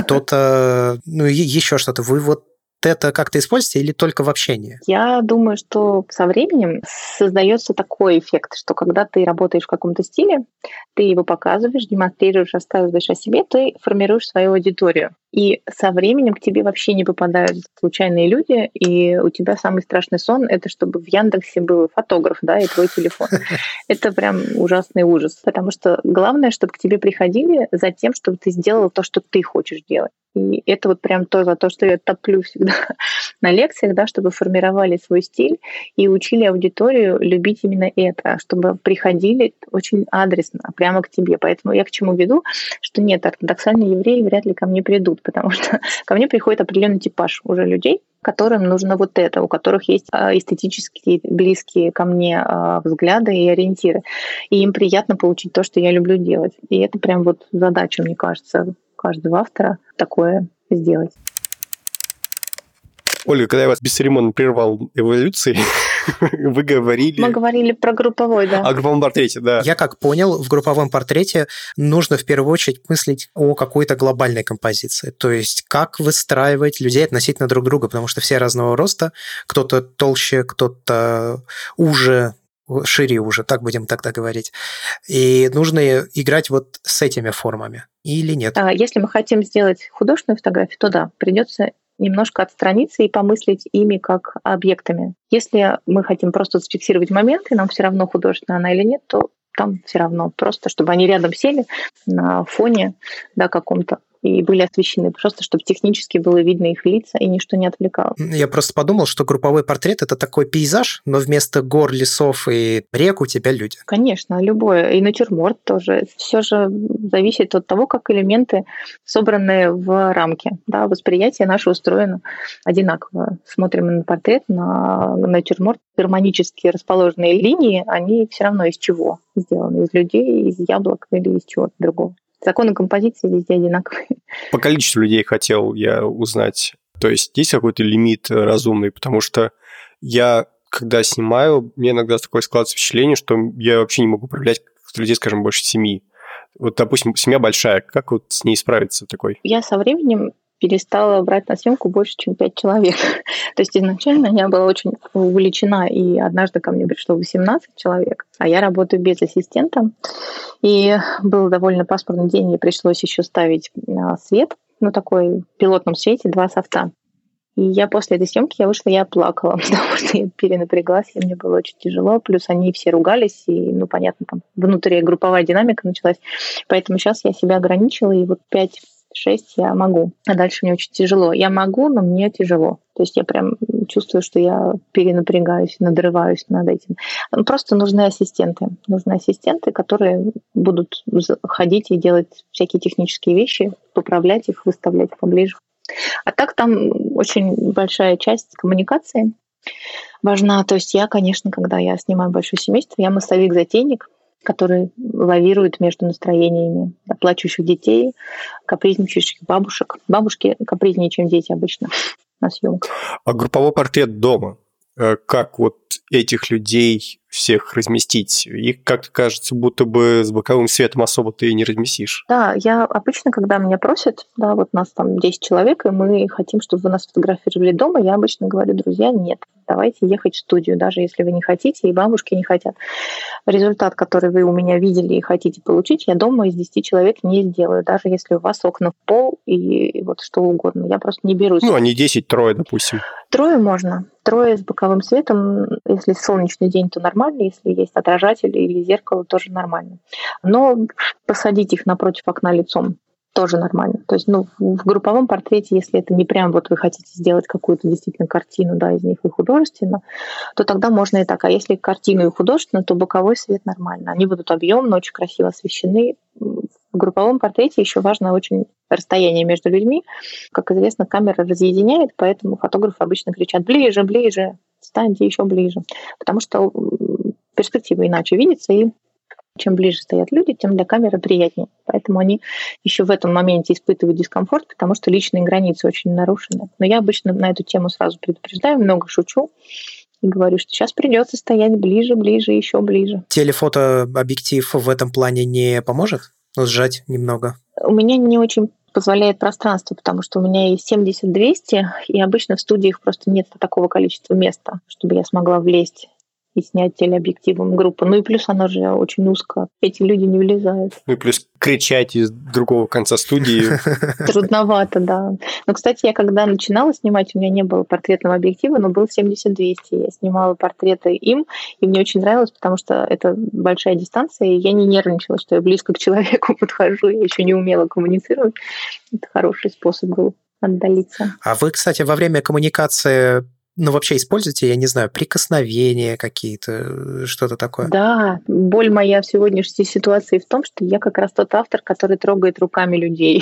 кто-то, ну еще что-то. Вы вот это как-то используете или только в общении? Я думаю, что со временем создается такой эффект, что когда ты работаешь в каком-то стиле, ты его показываешь, демонстрируешь, рассказываешь о себе, ты формируешь свою аудиторию. И со временем к тебе вообще не попадают случайные люди, и у тебя самый страшный сон — это чтобы в Яндексе был фотограф, да, и твой телефон. Это прям ужасный ужас, потому что главное, чтобы к тебе приходили за тем, чтобы ты сделала то, что ты хочешь делать. И это вот прям то, за то, что я топлю всегда на лекциях, да, чтобы формировали свой стиль и учили аудиторию любить именно это, чтобы приходили очень адресно, прямо к тебе. Поэтому я к чему веду, что нет, ортодоксальные евреи вряд ли ко мне придут, потому что ко мне приходит определенный типаж уже людей, которым нужно вот это, у которых есть эстетически близкие ко мне взгляды и ориентиры. И им приятно получить то, что я люблю делать. И это прям вот задача, мне кажется, каждого автора такое сделать. Ольга, когда я вас бесцеремонно прервал эволюцией, вы говорили... Мы говорили про групповой, да. О групповом портрете, да. Я как понял, в групповом портрете нужно в первую очередь мыслить о какой-то глобальной композиции. То есть как выстраивать людей относительно друг друга, потому что все разного роста, кто-то толще, кто-то уже, шире уже, так будем тогда говорить. И нужно играть вот с этими формами. Или нет? Если мы хотим сделать художественную фотографию, то да, придется немножко отстраниться и помыслить ими как объектами. Если мы хотим просто зафиксировать моменты, нам все равно художественная она или нет, то там все равно просто, чтобы они рядом сели на фоне, да, каком-то и были освещены, просто чтобы технически было видно их лица и ничто не отвлекало. Я просто подумал, что групповой портрет – это такой пейзаж, но вместо гор, лесов и рек у тебя люди. Конечно, любое. И натюрморт тоже. Все же зависит от того, как элементы собраны в рамке. Да, восприятие наше устроено одинаково. Смотрим на портрет, на натюрморт. Гармонически расположенные линии, они все равно из чего сделаны? Из людей, из яблок или из чего-то другого. Законы композиции везде одинаковые. По количеству людей хотел я узнать. То есть есть какой-то лимит разумный? Потому что я, когда снимаю, мне иногда такое складывается впечатление, что я вообще не могу управлять людей, скажем, больше семи. Вот, допустим, семья большая, как вот с ней справиться такой? Я со временем перестала брать на съемку больше, чем пять человек. То есть изначально я была очень увлечена, и однажды ко мне пришло восемнадцать человек, а я работаю без ассистента. И был довольно пасмурный день, мне пришлось еще ставить свет, ну такой в пилотном свете, два софта. И я после этой съемки я вышла, я плакала, потому что я перенапряглась, и мне было очень тяжело. Плюс они все ругались, и, ну, понятно, там внутри групповая динамика началась. Поэтому сейчас я себя ограничила, и вот пять-шесть я могу. А дальше мне очень тяжело. Я могу, но мне тяжело. То есть я прям чувствую, что я перенапрягаюсь, надрываюсь над этим. Просто нужны ассистенты. Нужны ассистенты, которые будут ходить и делать всякие технические вещи, поправлять их, выставлять поближе. А так там очень большая часть коммуникации важна. То есть я, конечно, когда я снимаю большое семейство, я массовик-затейник, который лавирует между настроениями плачущих детей, капризничающих бабушек. Бабушки капризнее, чем дети обычно на съемках. А групповой портрет дома? Как вот этих людей всех разместить? Их, как-то кажется, будто бы с боковым светом особо ты не разместишь. Да, я обычно, когда меня просят, да, вот нас там десять человек, и мы хотим, чтобы вы нас фотографировали дома, я обычно говорю: друзья, нет, давайте ехать в студию, даже если вы не хотите, и бабушки не хотят. Результат, который вы у меня видели и хотите получить, я дома из десяти человек не сделаю, даже если у вас окна в пол и вот что угодно. Я просто не берусь. Ну, а не десять, трое, допустим. Трое можно. Трое с боковым светом. Если солнечный день, то нормально. Если есть отражатель или зеркало, тоже нормально. Но посадить их напротив окна лицом тоже нормально. То есть, ну, в групповом портрете, если это не прям вот вы хотите сделать какую-то действительно картину, да, из них и художественно, то тогда можно и так. А если картину и художественно, то боковой свет нормально. Они будут объемно, очень красиво освещены. В групповом портрете еще важно очень расстояние между людьми. Как известно, камера разъединяет, поэтому фотографы обычно кричат: ближе, ближе, встаньте еще ближе. Потому что перспектива иначе видится, и чем ближе стоят люди, тем для камеры приятнее. Поэтому они еще в этом моменте испытывают дискомфорт, потому что личные границы очень нарушены. Но я обычно на эту тему сразу предупреждаю, много шучу и говорю, что сейчас придется стоять ближе, ближе, еще ближе. Телефотообъектив в этом плане не поможет? Ну, сжать немного. У меня не очень позволяет пространство, потому что у меня есть семьдесят двести, и обычно в студиях просто нет такого количества места, чтобы я смогла влезть и снять телеобъективом группу. Ну и плюс она же очень узко. Эти люди не влезают. Ну и плюс кричать из другого конца студии. Трудновато, да. Но, кстати, я когда начинала снимать, у меня не было портретного объектива, но был семьдесят двести. Я снимала портреты им, и мне очень нравилось, потому что это большая дистанция, и я не нервничала, что я близко к человеку подхожу, я еще не умела коммуницировать. Это хороший способ был отдалиться. А вы, кстати, во время коммуникации... Ну, вообще используйте, я не знаю, прикосновения какие-то, что-то такое? Да, боль моя в сегодняшней ситуации в том, что я как раз тот автор, который трогает руками людей.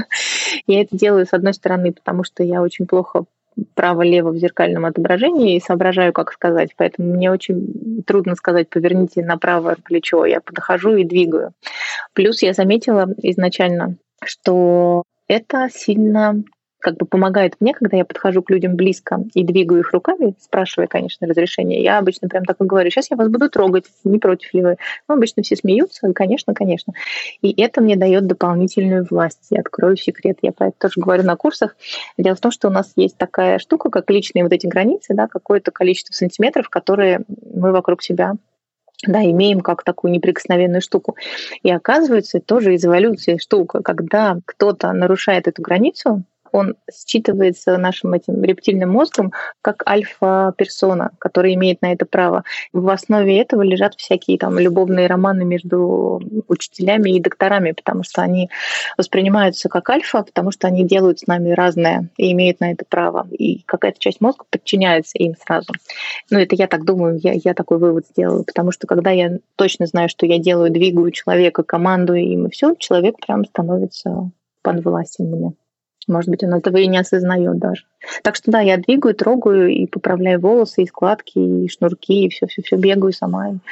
Я это делаю, с одной стороны, потому что я очень плохо право-лево в зеркальном отображении и соображаю, как сказать. Поэтому мне очень трудно сказать: поверните на правое плечо. Я подхожу и двигаю. Плюс я заметила изначально, что это сильно... как бы помогает мне, когда я подхожу к людям близко и двигаю их руками, спрашивая, конечно, разрешение. Я обычно прям так и говорю: сейчас я вас буду трогать, не против ли вы? Ну, обычно все смеются, конечно, конечно. И это мне дает дополнительную власть. Я открою секрет. Я про это тоже говорю на курсах. Дело в том, что у нас есть такая штука, как личные вот эти границы, да, какое-то количество сантиметров, которые мы вокруг себя, да, имеем как такую неприкосновенную штуку. И оказывается, это тоже из эволюции штука. Когда кто-то нарушает эту границу, он считывается нашим этим рептильным мозгом как альфа-персона, которая имеет на это право. В основе этого лежат всякие там любовные романы между учителями и докторами, потому что они воспринимаются как альфа, потому что они делают с нами разное и имеют на это право. И какая-то часть мозга подчиняется им сразу. Ну, это я так думаю, я, я такой вывод сделала, потому что когда я точно знаю, что я делаю, двигаю человека, командую им, и все, человек прям становится подвластен мне. Может быть, он этого и не осознает даже. Так что да, я двигаю, трогаю и поправляю волосы, и складки, и шнурки, и все-все-все бегаю сама. И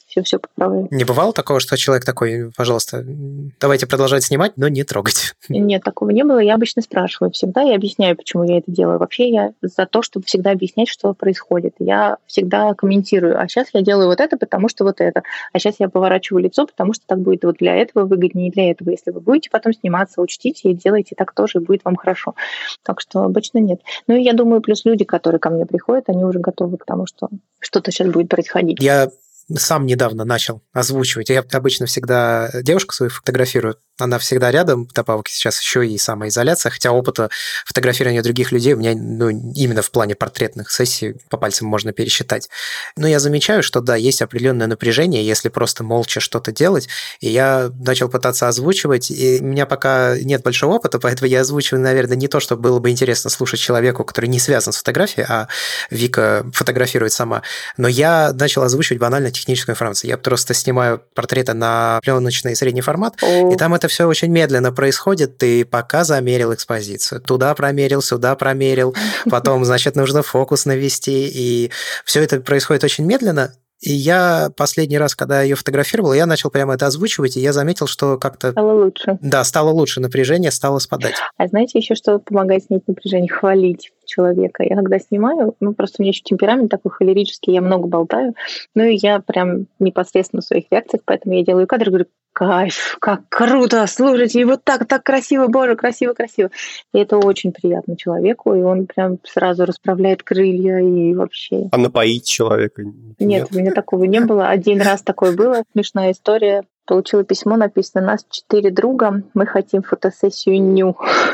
все-все поправляю. Не бывало такого, что человек такой, пожалуйста, давайте продолжать снимать, но не трогать? Нет, такого не было. Я обычно спрашиваю всегда и объясняю, почему я это делаю. Вообще я за то, чтобы всегда объяснять, что происходит. Я всегда комментирую. А сейчас я делаю вот это, потому что вот это. А сейчас я поворачиваю лицо, потому что так будет вот для этого выгоднее и для этого. Если вы будете потом сниматься, учтите и делайте так тоже, и будет вам хорошо. Так что обычно нет. Ну и я думаю, плюс люди, которые ко мне приходят, они уже готовы к тому, что что-то сейчас будет происходить. Я сам недавно начал озвучивать. Я обычно всегда девушку свою фотографирую. Она всегда рядом, вдобавок сейчас еще и самоизоляция, хотя опыта фотографирования других людей у меня, ну, именно в плане портретных сессий по пальцам можно пересчитать. Но я замечаю, что да, есть определенное напряжение, если просто молча что-то делать, и я начал пытаться озвучивать, и у меня пока нет большого опыта, поэтому я озвучиваю, наверное, не то, что было бы интересно слушать человеку, который не связан с фотографией, а Вика фотографирует сама, но я начал озвучивать банально техническую информацию. Я просто снимаю портреты на пленочный средний формат, О. и там это все очень медленно происходит. Ты пока замерил экспозицию, туда промерил, сюда промерил, потом, значит, нужно фокус навести, и все это происходит очень медленно. И я последний раз, когда ее фотографировал, я начал прямо это озвучивать, и я заметил, что как-то... Стало лучше. Да, стало лучше, напряжение стало спадать. А знаете еще, что помогает снять напряжение? Хвалить человека. Я когда снимаю, ну, просто у меня еще темперамент такой холерический, я много болтаю, ну, и я прям непосредственно в своих реакциях, поэтому я делаю кадр, говорю, кайф, как круто, слушайте, и вот так, так красиво, боже, красиво, красиво. И это очень приятно человеку, и он прям сразу расправляет крылья и вообще... А напоить человека? Нет, нет, у меня такого не было. Один раз такое было, смешная история. Получила письмо, написано, нас четыре друга, мы хотим фотосессию ню.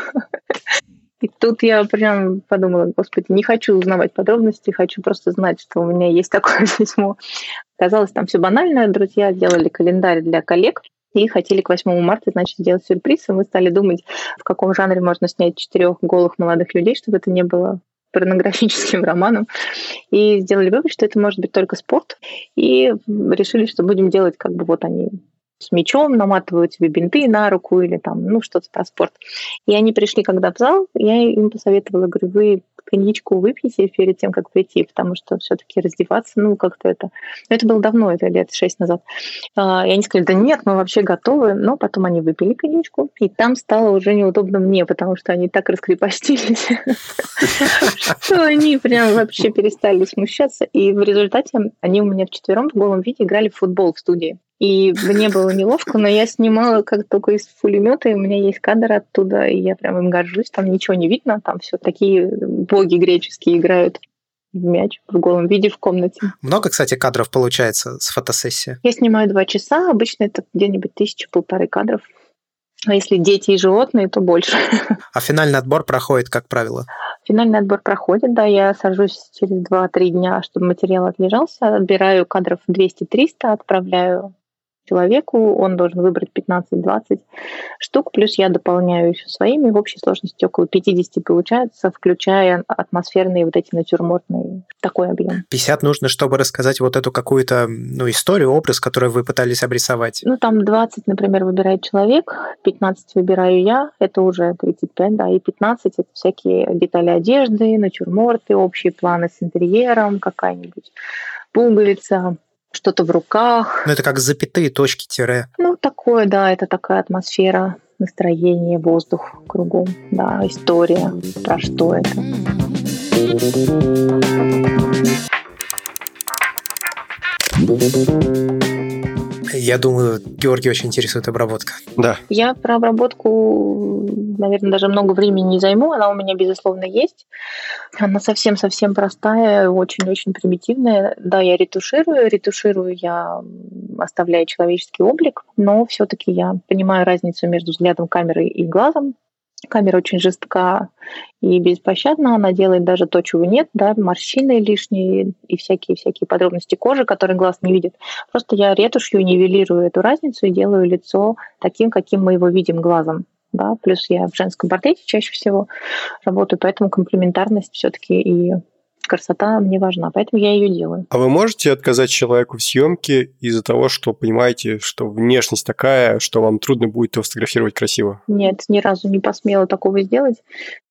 И тут я прям подумала, господи, не хочу узнавать подробности, хочу просто знать, что у меня есть такое письмо. Оказалось, там все банально. Друзья делали календарь для коллег и хотели к восьмому марта, значит, сделать сюрприз. И мы стали думать, в каком жанре можно снять четырех голых молодых людей, чтобы это не было порнографическим романом. И сделали вывод, что это может быть только спорт. И решили, что будем делать, как бы вот они... с мячом, наматывают себе бинты на руку или там, ну, что-то про спорт. И они пришли, когда в зал, я им посоветовала, говорю, вы коньячку выпьете перед тем, как прийти, потому что все-таки раздеваться, ну, как-то это... Но это было давно, это лет шесть назад. И они сказали, да нет, мы вообще готовы. Но потом они выпили коньячку, и там стало уже неудобно мне, потому что они так раскрепостились, что они прям вообще перестали смущаться. И в результате они у меня вчетвером в голом виде играли в футбол в студии. И мне было неловко, но я снимала как только из пулемета, и у меня есть кадр оттуда, и я прям им горжусь. Там ничего не видно, там все такие боги греческие играют в мяч в голом виде в комнате. Много, кстати, кадров получается с фотосессии? Я снимаю два часа, обычно это где-нибудь тысяча-полторы кадров. А если дети и животные, то больше. А финальный отбор проходит, как правило? Финальный отбор проходит, да, я сажусь через два-три дня, чтобы материал отлежался, отбираю кадров двести-триста, отправляю человеку, он должен выбрать пятнадцать-двадцать штук, плюс я дополняю еще своими, в общей сложности около пятьдесят получается, включая атмосферные вот эти натюрмортные, такой объем. пятьдесят нужно, чтобы рассказать вот эту какую-то, ну, историю, образ, который вы пытались обрисовать. Ну, там двадцать, например, выбирает человек, пятнадцать выбираю я, это уже тридцать пять, да, и пятнадцать это всякие детали одежды, натюрморты, общие планы с интерьером, какая-нибудь пуговица, что-то в руках. Ну, это как запятые точки, тире. Ну, такое, да, это такая атмосфера, настроение, воздух кругом, да, история, про что это. Я думаю, Георгий очень интересует обработка. Да. Я про обработку, наверное, даже много времени не займу. Она у меня, безусловно, есть. Она совсем-совсем простая, очень-очень примитивная. Да, я ретуширую. Ретуширую я, оставляя человеческий облик, но все-таки я понимаю разницу между взглядом камеры и глазом. Камера очень жестка и беспощадна, она делает даже то, чего нет, да, морщины лишние и всякие-всякие подробности кожи, которые глаз не видит. Просто я ретушью нивелирую эту разницу и делаю лицо таким, каким мы его видим глазом. Да. Плюс я в женском портрете чаще всего работаю, поэтому комплементарность все-таки и красота мне важна, поэтому я ее делаю. А вы можете отказать человеку в съемке из-за того, что понимаете, что внешность такая, что вам трудно будет его сфотографировать красиво? Нет, ни разу не посмела такого сделать.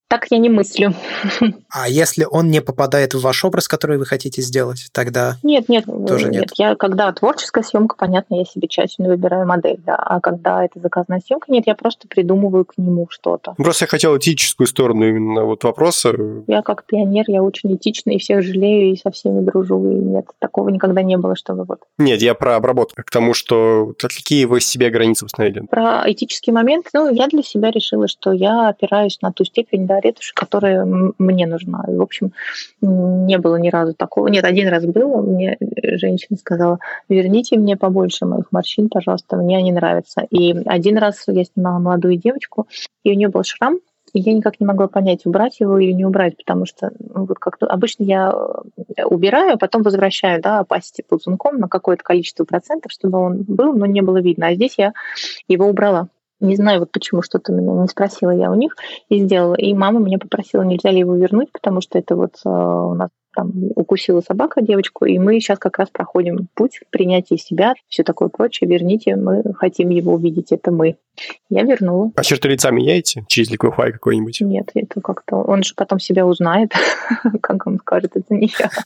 Так я не мыслю. А если он не попадает в ваш образ, который вы хотите сделать, тогда нет, нет, тоже нет. нет. Я, когда творческая съемка, понятно, я себе тщательно выбираю модель, да. А когда это заказная съемка, нет, я просто придумываю к нему что-то. Просто я хотел этическую сторону именно вот вопроса. Я как пионер, я очень этичный, и всех жалею, и со всеми дружу. И нет, такого никогда не было, чтобы вот... Нет, я про обработку, к тому, что какие вы себе границы установили. Про этический момент, ну, я для себя решила, что я опираюсь на ту степень, да, ретуши, которая мне нужна. И, в общем, не было ни разу такого. Нет, один раз было, мне женщина сказала: верните мне побольше моих морщин, пожалуйста, мне они нравятся. И один раз я снимала молодую девочку, и у нее был шрам, и я никак не могла понять, убрать его или не убрать, потому что ну, вот как-то обычно я убираю, а потом возвращаю, да, опасити ползунком на какое-то количество процентов, чтобы он был, но не было видно. А здесь я его убрала. Не знаю, вот почему, что-то меня не спросила я у них и сделала. И мама меня попросила, нельзя ли его вернуть, потому что это вот э, у нас там укусила собака девочку, и мы сейчас как раз проходим путь принятия себя, все такое прочее. Верните, мы хотим его увидеть, это мы. Я вернула. А черты лица меняете через Liquify какой-нибудь? Нет, это как-то... Он же потом себя узнает, как он скажет, это не я.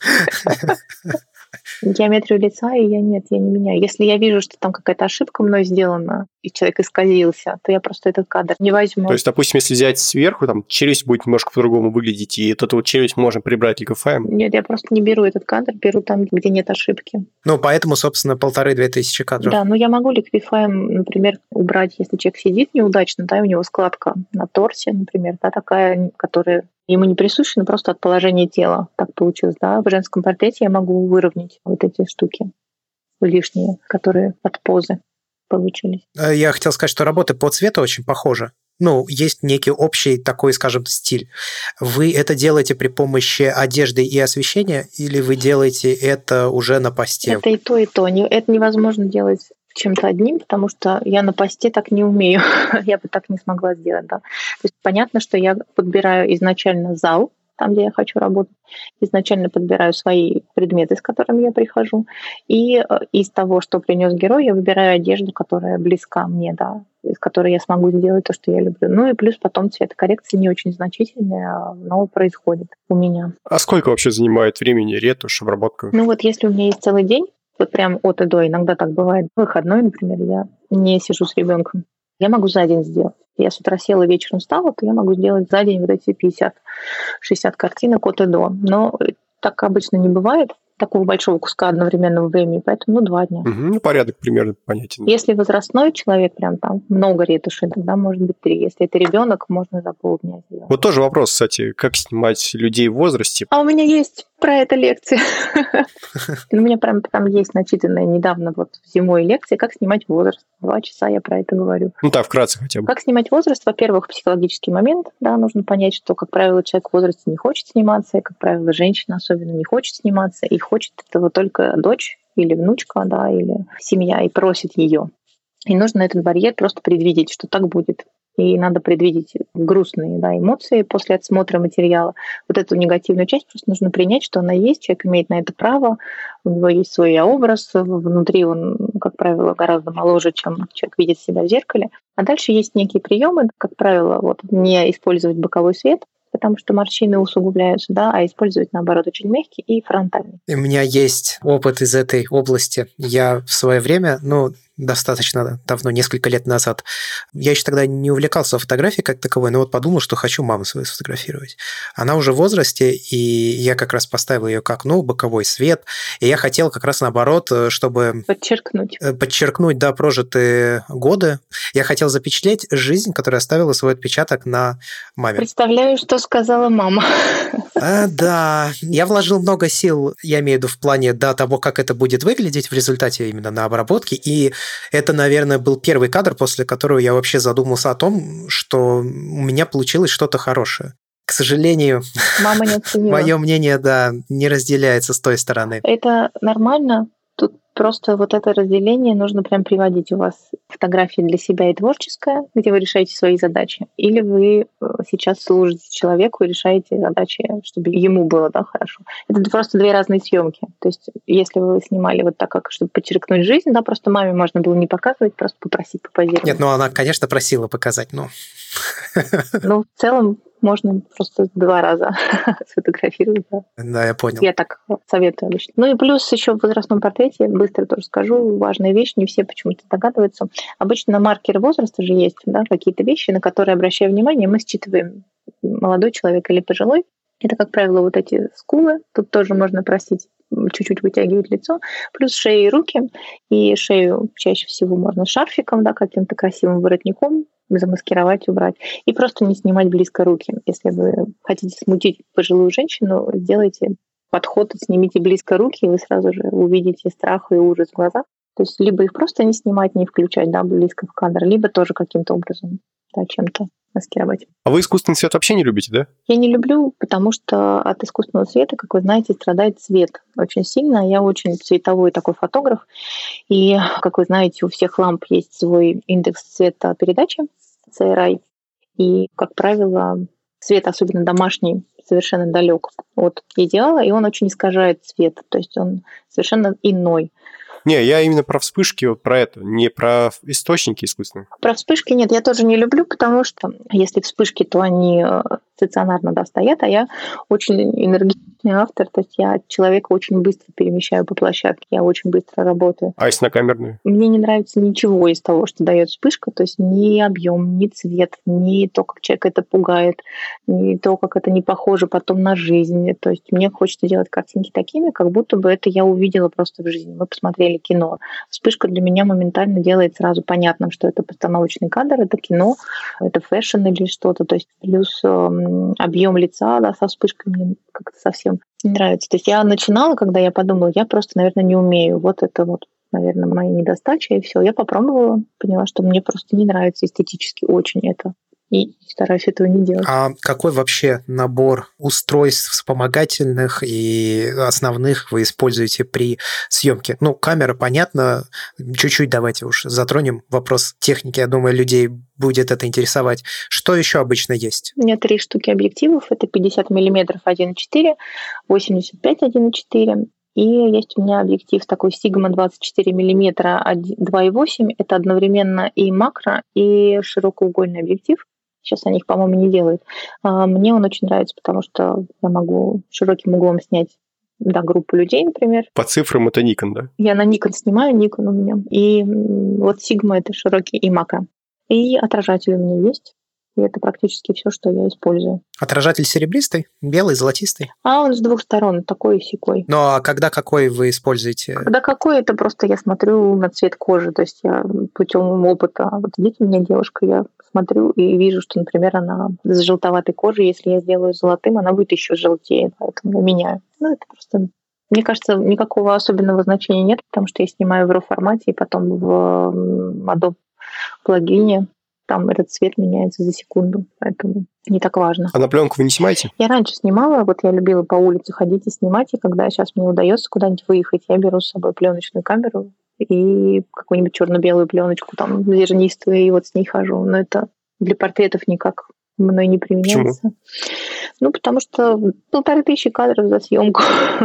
Геометрию лица, и я нет, я не меняю. Если я вижу, что там какая-то ошибка мной сделана, и человек исказился, то я просто этот кадр не возьму. То есть, допустим, если взять сверху, там челюсть будет немножко по-другому выглядеть, и эту вот челюсть можно прибрать Liquify? Нет, я просто не беру этот кадр, беру там, где нет ошибки. Ну, поэтому, собственно, полторы-две тысячи кадров. Да, но я могу Liquify, например, убрать, если человек сидит неудачно, да, и у него складка на торсе, например, да, такая, которая ему не присуща, но просто от положения тела так получилось, да. В женском портрете я могу выровнять вот эти штуки лишние, которые от позы получились. Я хотел сказать, что работы по цвету очень похожи. Ну, есть некий общий такой, скажем, стиль. Вы это делаете при помощи одежды и освещения, или вы делаете это уже на посте? Это и то, и то. Это невозможно делать чем-то одним, потому что я на посте так не умею. Я бы так не смогла сделать, да. То есть понятно, что я подбираю изначально зал, там, где я хочу работать, изначально подбираю свои предметы, с которыми я прихожу, и из того, что принес герой, я выбираю одежду, которая близка мне, да, из которой я смогу сделать то, что я люблю. Ну и плюс потом цветокоррекция не очень значительная, но происходит у меня. А сколько вообще занимает времени ретушь, обработка? Ну вот если у меня есть целый день, вот прям от и до, иногда так бывает, выходной, например, я не сижу с ребенком, я могу за день сделать. Я с утра села, вечером встала, то я могу сделать за день вот эти пятьдесят-шестьдесят картинок от и до. Но так обычно не бывает, такого большого куска одновременного времени, поэтому ну, два дня. Угу, ну, порядок примерно понятен. Если возрастной человек, прям там много ретуши, тогда может быть три. Если это ребенок, можно за полдня сделать. Вот тоже вопрос, кстати, как снимать людей в возрасте? А у меня есть про это лекция. У меня прям там есть начитанная недавно вот зимой лекция «Как снимать возраст». Два часа я про это говорю. Ну так, вкратце хотя бы. Как снимать возраст? Во-первых, психологический момент. Да, нужно понять, что, как правило, человек в возрасте не хочет сниматься, и, как правило, женщина особенно не хочет сниматься, и хочет этого только дочь или внучка, да, или семья, и просит ее. И нужно этот барьер просто предвидеть, что так будет. И надо предвидеть грустные, да, эмоции после отсмотра материала. Вот эту негативную часть просто нужно принять, что она есть, человек имеет на это право, у него есть свой образ, внутри он, как правило, гораздо моложе, чем человек видит себя в зеркале. А дальше есть некие приемы, как правило, вот, не использовать боковой свет, потому что морщины усугубляются, да, а использовать, наоборот, очень мягкий и фронтальный. У меня есть опыт из этой области. Я в свое время, ну, достаточно давно, несколько лет назад, я еще тогда не увлекался фотографией как таковой, но вот подумал, что хочу маму свою сфотографировать. Она уже в возрасте, и я как раз поставил ее как, ну, боковой свет, и я хотел как раз наоборот, чтобы... Подчеркнуть. Подчеркнуть, да, прожитые годы. Я хотел запечатлеть жизнь, которая оставила свой отпечаток на маме. Представляю, что сказала мама. А, да, я вложил много сил, я имею в виду в плане до того, как это будет выглядеть в результате именно на обработке, и это, наверное, был первый кадр, после которого я вообще задумался о том, что у меня получилось что-то хорошее. К сожалению, мама не оценила. Мое мнение, да, не разделяется с той стороны. Это нормально. Тут просто вот это разделение нужно прям приводить. У вас фотография для себя и творческая, где вы решаете свои задачи, или вы сейчас служите человеку и решаете задачи, чтобы ему было, да, хорошо. Это просто две разные съемки. То есть если вы снимали вот так, как чтобы подчеркнуть жизнь, да, просто маме можно было не показывать, просто попросить попозировать. Нет, ну она, конечно, просила показать, но... Ну, в целом, можно просто два раза сфотографировать. Да. да, я понял. Я так советую обычно. Ну и плюс еще в возрастном портрете, быстро тоже скажу, важная вещь, не все почему-то догадываются. Обычно маркеры возраста же есть, да, какие-то вещи, на которые, обращая внимание, мы считываем, молодой человек или пожилой. Это, как правило, вот эти скулы. Тут тоже можно просить чуть-чуть вытягивать лицо, плюс шея и руки. И шею чаще всего можно шарфиком, да, каким-то красивым воротником замаскировать, убрать. И просто не снимать близко руки. Если вы хотите смутить пожилую женщину, сделайте подход, снимите близко руки, и вы сразу же увидите страх и ужас в глазах. То есть либо их просто не снимать, не включать, да, близко в кадр, либо тоже каким-то образом, да, чем-то маскировать. А вы искусственный свет вообще не любите, да? Я не люблю, потому что от искусственного света, как вы знаете, страдает цвет очень сильно. Я очень цветовой такой фотограф. И, как вы знаете, у всех ламп есть свой индекс цветопередачи, си ар ай. И, как правило, цвет, особенно домашний, совершенно далек от идеала, и он очень искажает цвет. То есть он совершенно иной. Не, я именно про вспышки, вот про это, не про источники искусственные. Про вспышки нет, я тоже не люблю, потому что если вспышки, то они стационарно, да, стоят, а я очень энергичный автор, то есть я человека очень быстро перемещаю по площадке, я очень быстро работаю. А если на камерную? Мне не нравится ничего из того, что дает вспышка, то есть ни объем, ни цвет, ни то, как человек это пугает, ни то, как это не похоже потом на жизнь. То есть мне хочется делать картинки такими, как будто бы это я увидела просто в жизни. Мы посмотрели кино. Вспышка для меня моментально делает сразу понятным, что это постановочный кадр, это кино, это фэшн или что-то. То есть плюс объем лица, да, со вспышкой мне как-то совсем не нравится. То есть я начинала, когда я подумала, я просто, наверное, не умею. Вот это вот, наверное, моя недостача, и все. Я попробовала, поняла, что мне просто не нравится эстетически очень это. И стараюсь этого не делать. А какой вообще набор устройств вспомогательных и основных вы используете при съемке? Ну, камера, понятно. Чуть-чуть давайте уж затронем вопрос техники. Я думаю, людей будет это интересовать. Что еще обычно есть? У меня три штуки объективов. Это пятьдесят миллиметров один и четыре, восемьдесят пять один и четыре. И есть у меня объектив такой Sigma двадцать четыре миллиметра два и восемь. Это одновременно и макро, и широкоугольный объектив. Сейчас они их, по-моему, не делают. Мне он очень нравится, потому что я могу широким углом снять, да, группу людей, например. По цифрам это Nikon, да? Я на Nikon снимаю, Nikon у меня. И вот Sigma — это широкий и макро. И отражатель у меня есть. И это практически все, что я использую. Отражатель серебристый, белый, золотистый? А он с двух сторон, такой и сякой. Ну, а когда какой вы используете? Когда какой, это просто я смотрю на цвет кожи. То есть я путем опыта. Вот видите, у меня девушка, я смотрю и вижу, что, например, она с желтоватой кожей. Если я сделаю золотым, она будет еще желтее. Поэтому я меняю. Ну, это просто... Мне кажется, никакого особенного значения нет, потому что я снимаю в RAW-формате и потом в Adobe плагине. Там этот цвет меняется за секунду, поэтому не так важно. А на пленку вы не снимаете? Я раньше снимала, вот я любила по улице ходить и снимать, и когда сейчас мне удается куда-нибудь выехать, я беру с собой пленочную камеру и какую-нибудь черно-белую пленочку, там, зернистую, и вот с ней хожу. Но это для портретов никак мной не применяется. Почему? Ну, потому что полторы тысячи кадров за съемку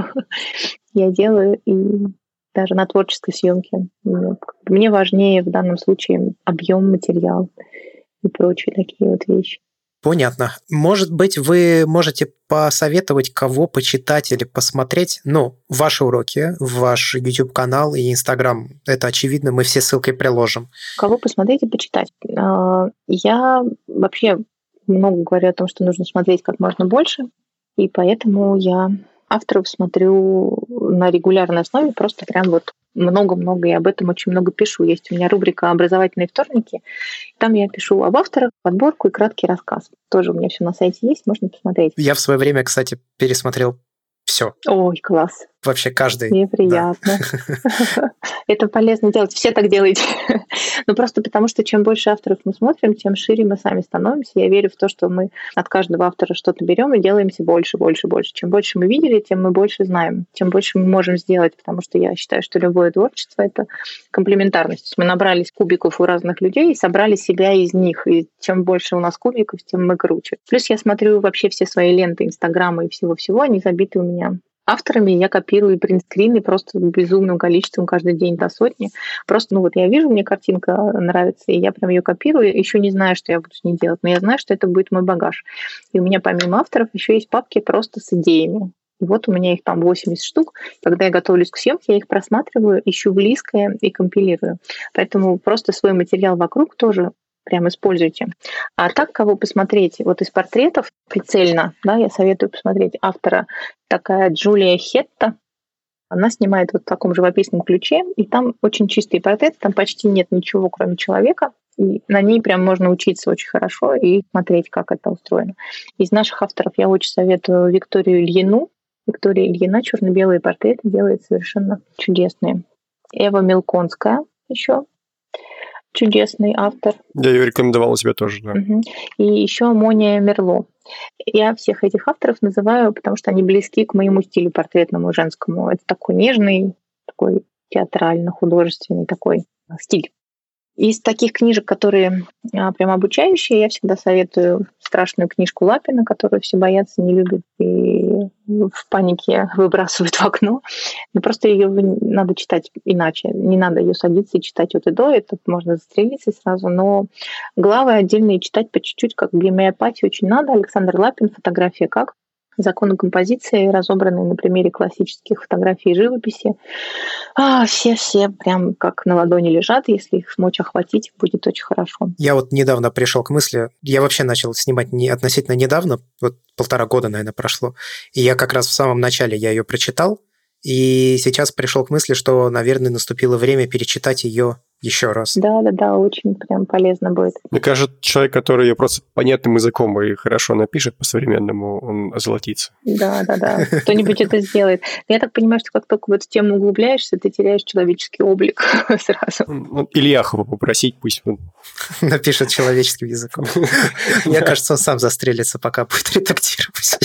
я делаю, и даже на творческой съемке мне, мне важнее в данном случае объем материала и прочие такие вот вещи. Понятно. Может быть, вы можете посоветовать, кого почитать или посмотреть, ну, ваши уроки, ваш YouTube-канал и Instagram. Это очевидно, мы все ссылкой приложим. Кого посмотреть и почитать? Я вообще много говорю о том, что нужно смотреть как можно больше, и поэтому я авторов смотрю на регулярной основе, просто прям вот много-много, и об этом очень много пишу. Есть у меня рубрика «Образовательные вторники». Там я пишу об авторах, подборку и краткий рассказ. Тоже у меня все на сайте есть, можно посмотреть. Я в свое время, кстати, пересмотрел все. Ой, класс. Вообще каждый. Мне приятно. Это полезно делать. Все так делаете. Ну, просто потому что чем больше авторов мы смотрим, тем шире мы сами становимся. Я верю в то, что мы от каждого автора что-то берем и делаемся больше, больше, больше. Чем больше мы видели, тем мы больше знаем. Тем больше мы можем сделать, потому что я считаю, что любое творчество — это комплементарность. Мы набрались кубиков у разных людей и собрали себя из них. И чем больше у нас кубиков, тем мы круче. Плюс я смотрю вообще все свои ленты Инстаграма и всего-всего, они забиты у меня авторами, я копирую принтскрины просто безумным количеством каждый день до сотни. Просто, ну вот я вижу, мне картинка нравится, и я прям ее копирую, еще не знаю, что я буду с ней делать, но я знаю, что это будет мой багаж. И у меня помимо авторов еще есть папки просто с идеями. И вот у меня их там восемьдесят штук. Когда я готовлюсь к съемке, я их просматриваю, ищу близкое и компилирую. Поэтому просто свой материал вокруг тоже прям используйте. А так, кого посмотреть? Вот из портретов прицельно, да, я советую посмотреть автора, такая Джулия Хетта. Она снимает вот в таком живописном ключе, и там очень чистый портрет, там почти нет ничего, кроме человека, и на ней прям можно учиться очень хорошо и смотреть, как это устроено. Из наших авторов я очень советую Викторию Ильину. Виктория Ильина черно-белые портреты делает совершенно чудесные. Эва Мелконская еще чудесный автор. Я ее рекомендовал у себя тоже, да. Угу. И еще Мония Мерло. Я всех этих авторов называю, потому что они близки к моему стилю портретному женскому. Это такой нежный, такой театрально-художественный такой стиль. Из таких книжек, которые а, прям обучающие, я всегда советую страшную книжку Лапина, которую все боятся, не любят и в панике выбрасывают в окно. Но просто ее надо читать иначе. Не надо ее садиться и читать от и до. Это можно застрелиться сразу. Но главы отдельные читать по чуть-чуть, как гомеопатию очень надо. Александр Лапин, «Фотография как?». Законы композиции, разобранные на примере классических фотографий и живописи. А, все-все прям как на ладони лежат. Если их смочь охватить, будет очень хорошо. Я вот недавно пришел к мысли, я вообще начал снимать не относительно недавно, вот полтора года, наверное, прошло, и я как раз в самом начале я ее прочитал, и сейчас пришел к мысли, что, наверное, наступило время перечитать ее еще раз. Да-да-да, очень прям полезно будет. Мне кажется, человек, который ее просто понятным языком и хорошо напишет по-современному, он озолотится. Да-да-да, кто-нибудь это сделает. Я так понимаю, что как только в эту тему углубляешься, ты теряешь человеческий облик сразу. Ну, Ильяхова попросить, пусть он напишет человеческим языком. Мне кажется, он сам застрелится, пока будет редактировать.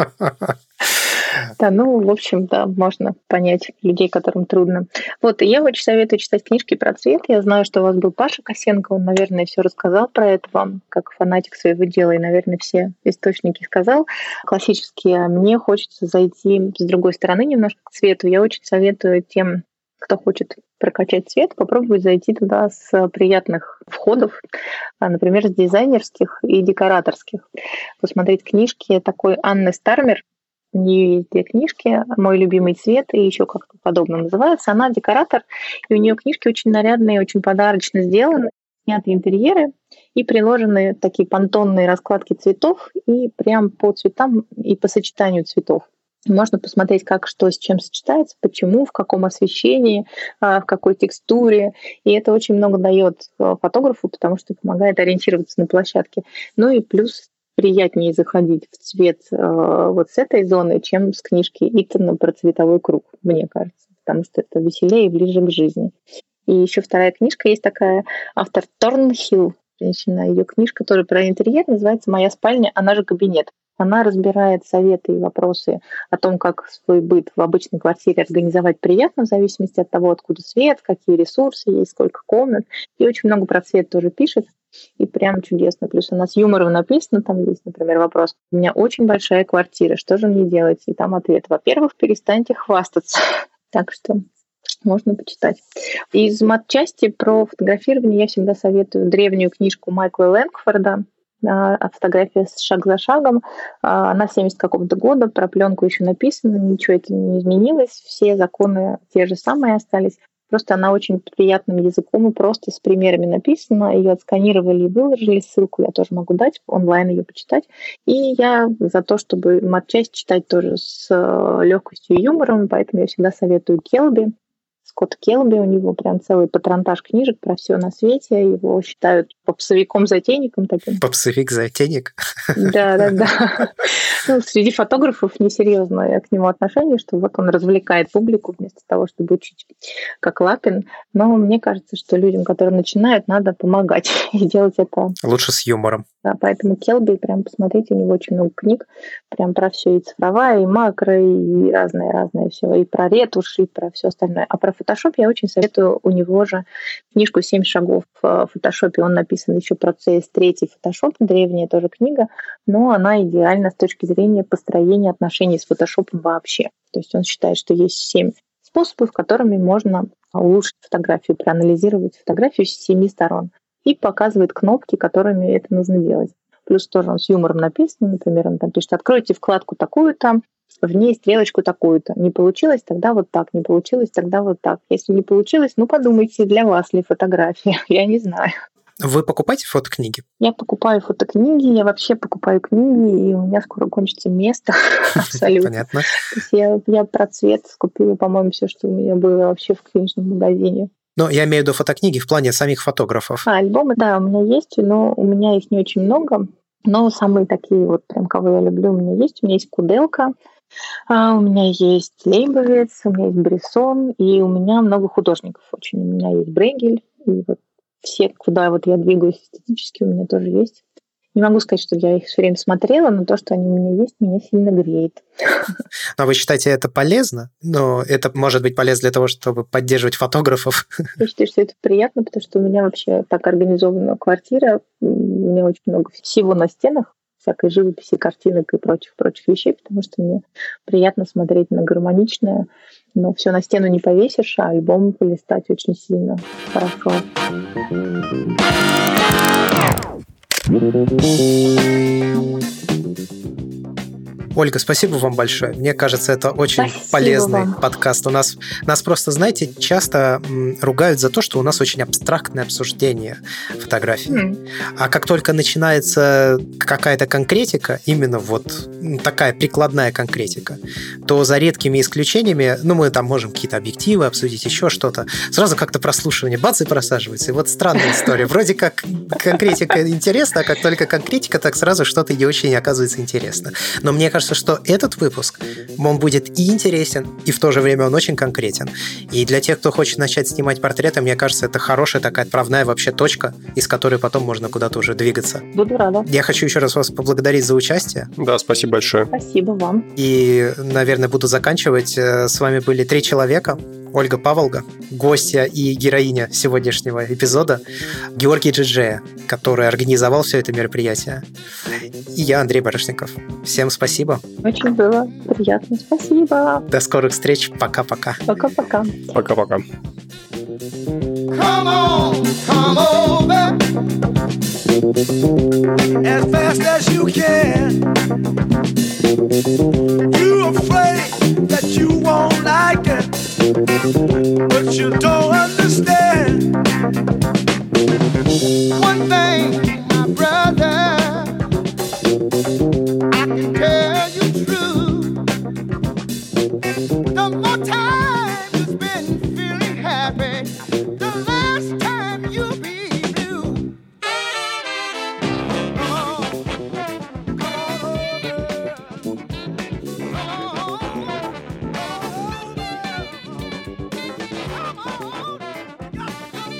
Да, ну, в общем, да, можно понять людей, которым трудно. Вот, и я очень советую читать книжки про цвет. Я знаю, что у вас был Паша Косенко, он, наверное, все рассказал про это вам, как фанатик своего дела, и, наверное, все источники сказал. Классические. Мне хочется зайти с другой стороны немножко к цвету. Я очень советую тем, кто хочет прокачать цвет, попробовать зайти туда с приятных входов, например, с дизайнерских и декораторских. Посмотреть книжки такой Анны Стармер. У нее есть две книжки «Мой любимый цвет» и еще как-то подобно называется. Она декоратор, и у нее книжки очень нарядные, очень подарочно сделаны, сняты интерьеры и приложены такие понтонные раскладки цветов и прям по цветам и по сочетанию цветов. Можно посмотреть, как что с чем сочетается, почему, в каком освещении, в какой текстуре. И это очень много дает фотографу, потому что помогает ориентироваться на площадке. Ну и плюс приятнее заходить в цвет э, вот с этой зоны, чем с книжки Итана про цветовой круг, мне кажется, потому что это веселее и ближе к жизни. И еще вторая книжка есть такая, автор Торнхилл, женщина, ее книжка тоже про интерьер, называется «Моя спальня, она же кабинет». Она разбирает советы и вопросы о том, как свой быт в обычной квартире организовать приятно, в зависимости от того, откуда свет, какие ресурсы есть, сколько комнат. И очень много про цвет тоже пишет. И прям чудесно. Плюс она с юмором написана. Там есть, например, вопрос. У меня очень большая квартира. Что же мне делать? И там ответ. Во-первых, перестаньте хвастаться. Так что можно почитать. Из матчасти про фотографирование я всегда советую древнюю книжку Майкла Лэнгфорда «Фотография шаг за шагом». Она семьдесят какого-то года, про пленку еще написано, ничего это не изменилось, все законы те же самые остались. Просто она очень приятным языком и просто с примерами написана. Ее отсканировали и выложили. Ссылку я тоже могу дать, онлайн ее почитать. И я за то, чтобы матчасть читать тоже с легкостью и юмором, поэтому я всегда советую Келби. Скотт Келби, у него прям целый патронтаж книжек про все на свете. Его считают попсовиком-затейником таким. Попсовик-затейник? Да, да, да. Ну, среди фотографов несерьезное к нему отношение, что вот он развлекает публику вместо того, чтобы учить, как Лапин. Но мне кажется, что людям, которые начинают, надо помогать и делать это. Лучше с юмором. Да, поэтому Келби, прям посмотрите, у него очень много книг, прям про все, и цифровая, и макро, и разное-разное все, и про ретушь, и про все остальное. А про фотографию Photoshop, я очень советую у него же книжку «Семь шагов в фотошопе». Он написан еще про си эс три Photoshop, древняя тоже книга, но она идеальна с точки зрения построения отношений с фотошопом вообще. То есть он считает, что есть семь способов, которыми можно улучшить фотографию, проанализировать фотографию с семи сторон. И показывает кнопки, которыми это нужно делать. Плюс тоже он с юмором написан, например, он там пишет: откройте вкладку такую-то, в ней стрелочку такую-то. Не получилось, тогда вот так, не получилось, тогда вот так. Если не получилось, ну подумайте, для вас ли фотография, я не знаю. Вы покупаете фотокниги? Я покупаю фотокниги, я вообще покупаю книги, и у меня скоро кончится место абсолютно. Понятно. Я, я про цвет скупила, по-моему, все, что у меня было вообще в книжном магазине. Ну, я имею в виду фотокниги в плане самих фотографов. А, альбомы, да, у меня есть, но у меня их не очень много. Но самые такие вот, прям, кого я люблю, у меня есть. У меня есть Куделка, а, у меня есть Лейбовец, у меня есть Бresson, и у меня много художников очень. У меня есть Брейгель, и вот все, куда вот я двигаюсь эстетически, у меня тоже есть. Не могу сказать, что я их все время смотрела, но то, что они у меня есть, меня сильно греет. Но вы считаете, это полезно? Но это может быть полезно для того, чтобы поддерживать фотографов? Я считаю, что это приятно, потому что у меня вообще так организована квартира, у меня очень много всего на стенах, всякой живописи, картинок и прочих-прочих вещей, потому что мне приятно смотреть на гармоничное, но все на стену не повесишь, а альбом полистать очень сильно хорошо. Ольга, спасибо вам большое. Мне кажется, это очень спасибо полезный вам. подкаст. У нас, нас просто, знаете, часто ругают за то, что у нас очень абстрактное обсуждение фотографий. Mm. А как только начинается какая-то конкретика, именно вот такая прикладная конкретика, то за редкими исключениями, ну, мы там можем какие-то объективы обсудить, еще что-то, сразу как-то прослушивание, бац, и просаживается. И вот странная история. Вроде как конкретика интересна, а как только конкретика, так сразу что-то не очень оказывается интересно. Но мне кажется, что этот выпуск, он будет и интересен, и в то же время он очень конкретен. И для тех, кто хочет начать снимать портреты, мне кажется, это хорошая такая отправная вообще точка, из которой потом можно куда-то уже двигаться. Буду рада. Я хочу еще раз вас поблагодарить за участие. Да, спасибо большое. Спасибо вам. И, наверное, буду заканчивать. С вами были три человека. Ольга Паволга, гостья и героиня сегодняшнего эпизода, Георгий Джиджея, который организовал все это мероприятие, и я, Андрей Барышников. Всем спасибо. Очень было приятно. Спасибо. До скорых встреч. Пока-пока. Пока-пока. Пока-пока. Come on, come over as fast as you can. You're afraid that you won't like it, but you don't understand. One thing, my brother, I can tell you true. The more time you spend feeling happy, the last time you'll be blue. Come on, come on over. Come on, come on over. Come on, just come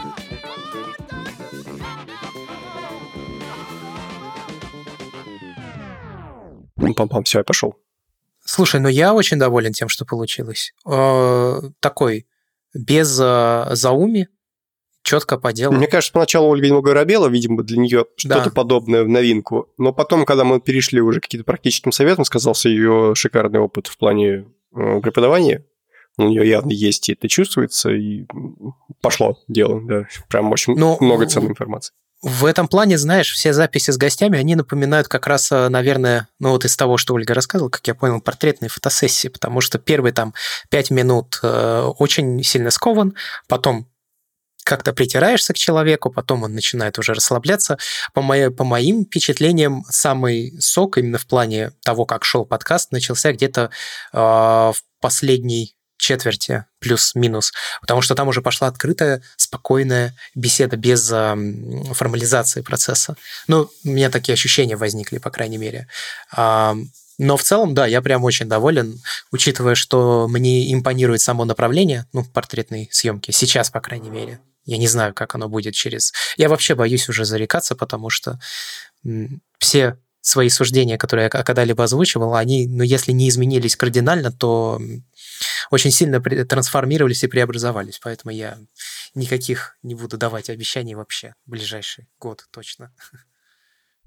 over. Пам-пам, все, я пошел. Слушай, ну я очень доволен тем, что получилось. Э, такой, без э, зауми, четко по делу. Мне кажется, поначалу Ольга немного робела, видимо, для нее что-то Да. подобное в новинку. Но потом, когда мы перешли уже к каким-то практическим советам, сказался ее шикарный опыт в плане э, преподавания. У нее явно есть, и это чувствуется, и пошло дело, да. Прям очень Ну, много ценной информации. В этом плане, знаешь, все записи с гостями, они напоминают как раз, наверное, ну вот из того, что Ольга рассказывала, как я понял, портретные фотосессии, потому что первые там пять минут э, очень сильно скован, потом как-то притираешься к человеку, потом он начинает уже расслабляться. По, моей, по моим впечатлениям, самый сок именно в плане того, как шел подкаст, начался где-то э, в последней четверти плюс-минус, потому что там уже пошла открытая, спокойная беседа без э, формализации процесса. Ну, у меня такие ощущения возникли, по крайней мере. А, но в целом, да, я прям очень доволен, учитывая, что мне импонирует само направление, ну, портретной съемки, сейчас, по крайней мере. Я не знаю, как оно будет через... Я вообще боюсь уже зарекаться, потому что м, все свои суждения, которые я когда-либо озвучивал, они, ну, если не изменились кардинально, то очень сильно трансформировались и преобразовались, поэтому я никаких не буду давать обещаний вообще в ближайший год точно.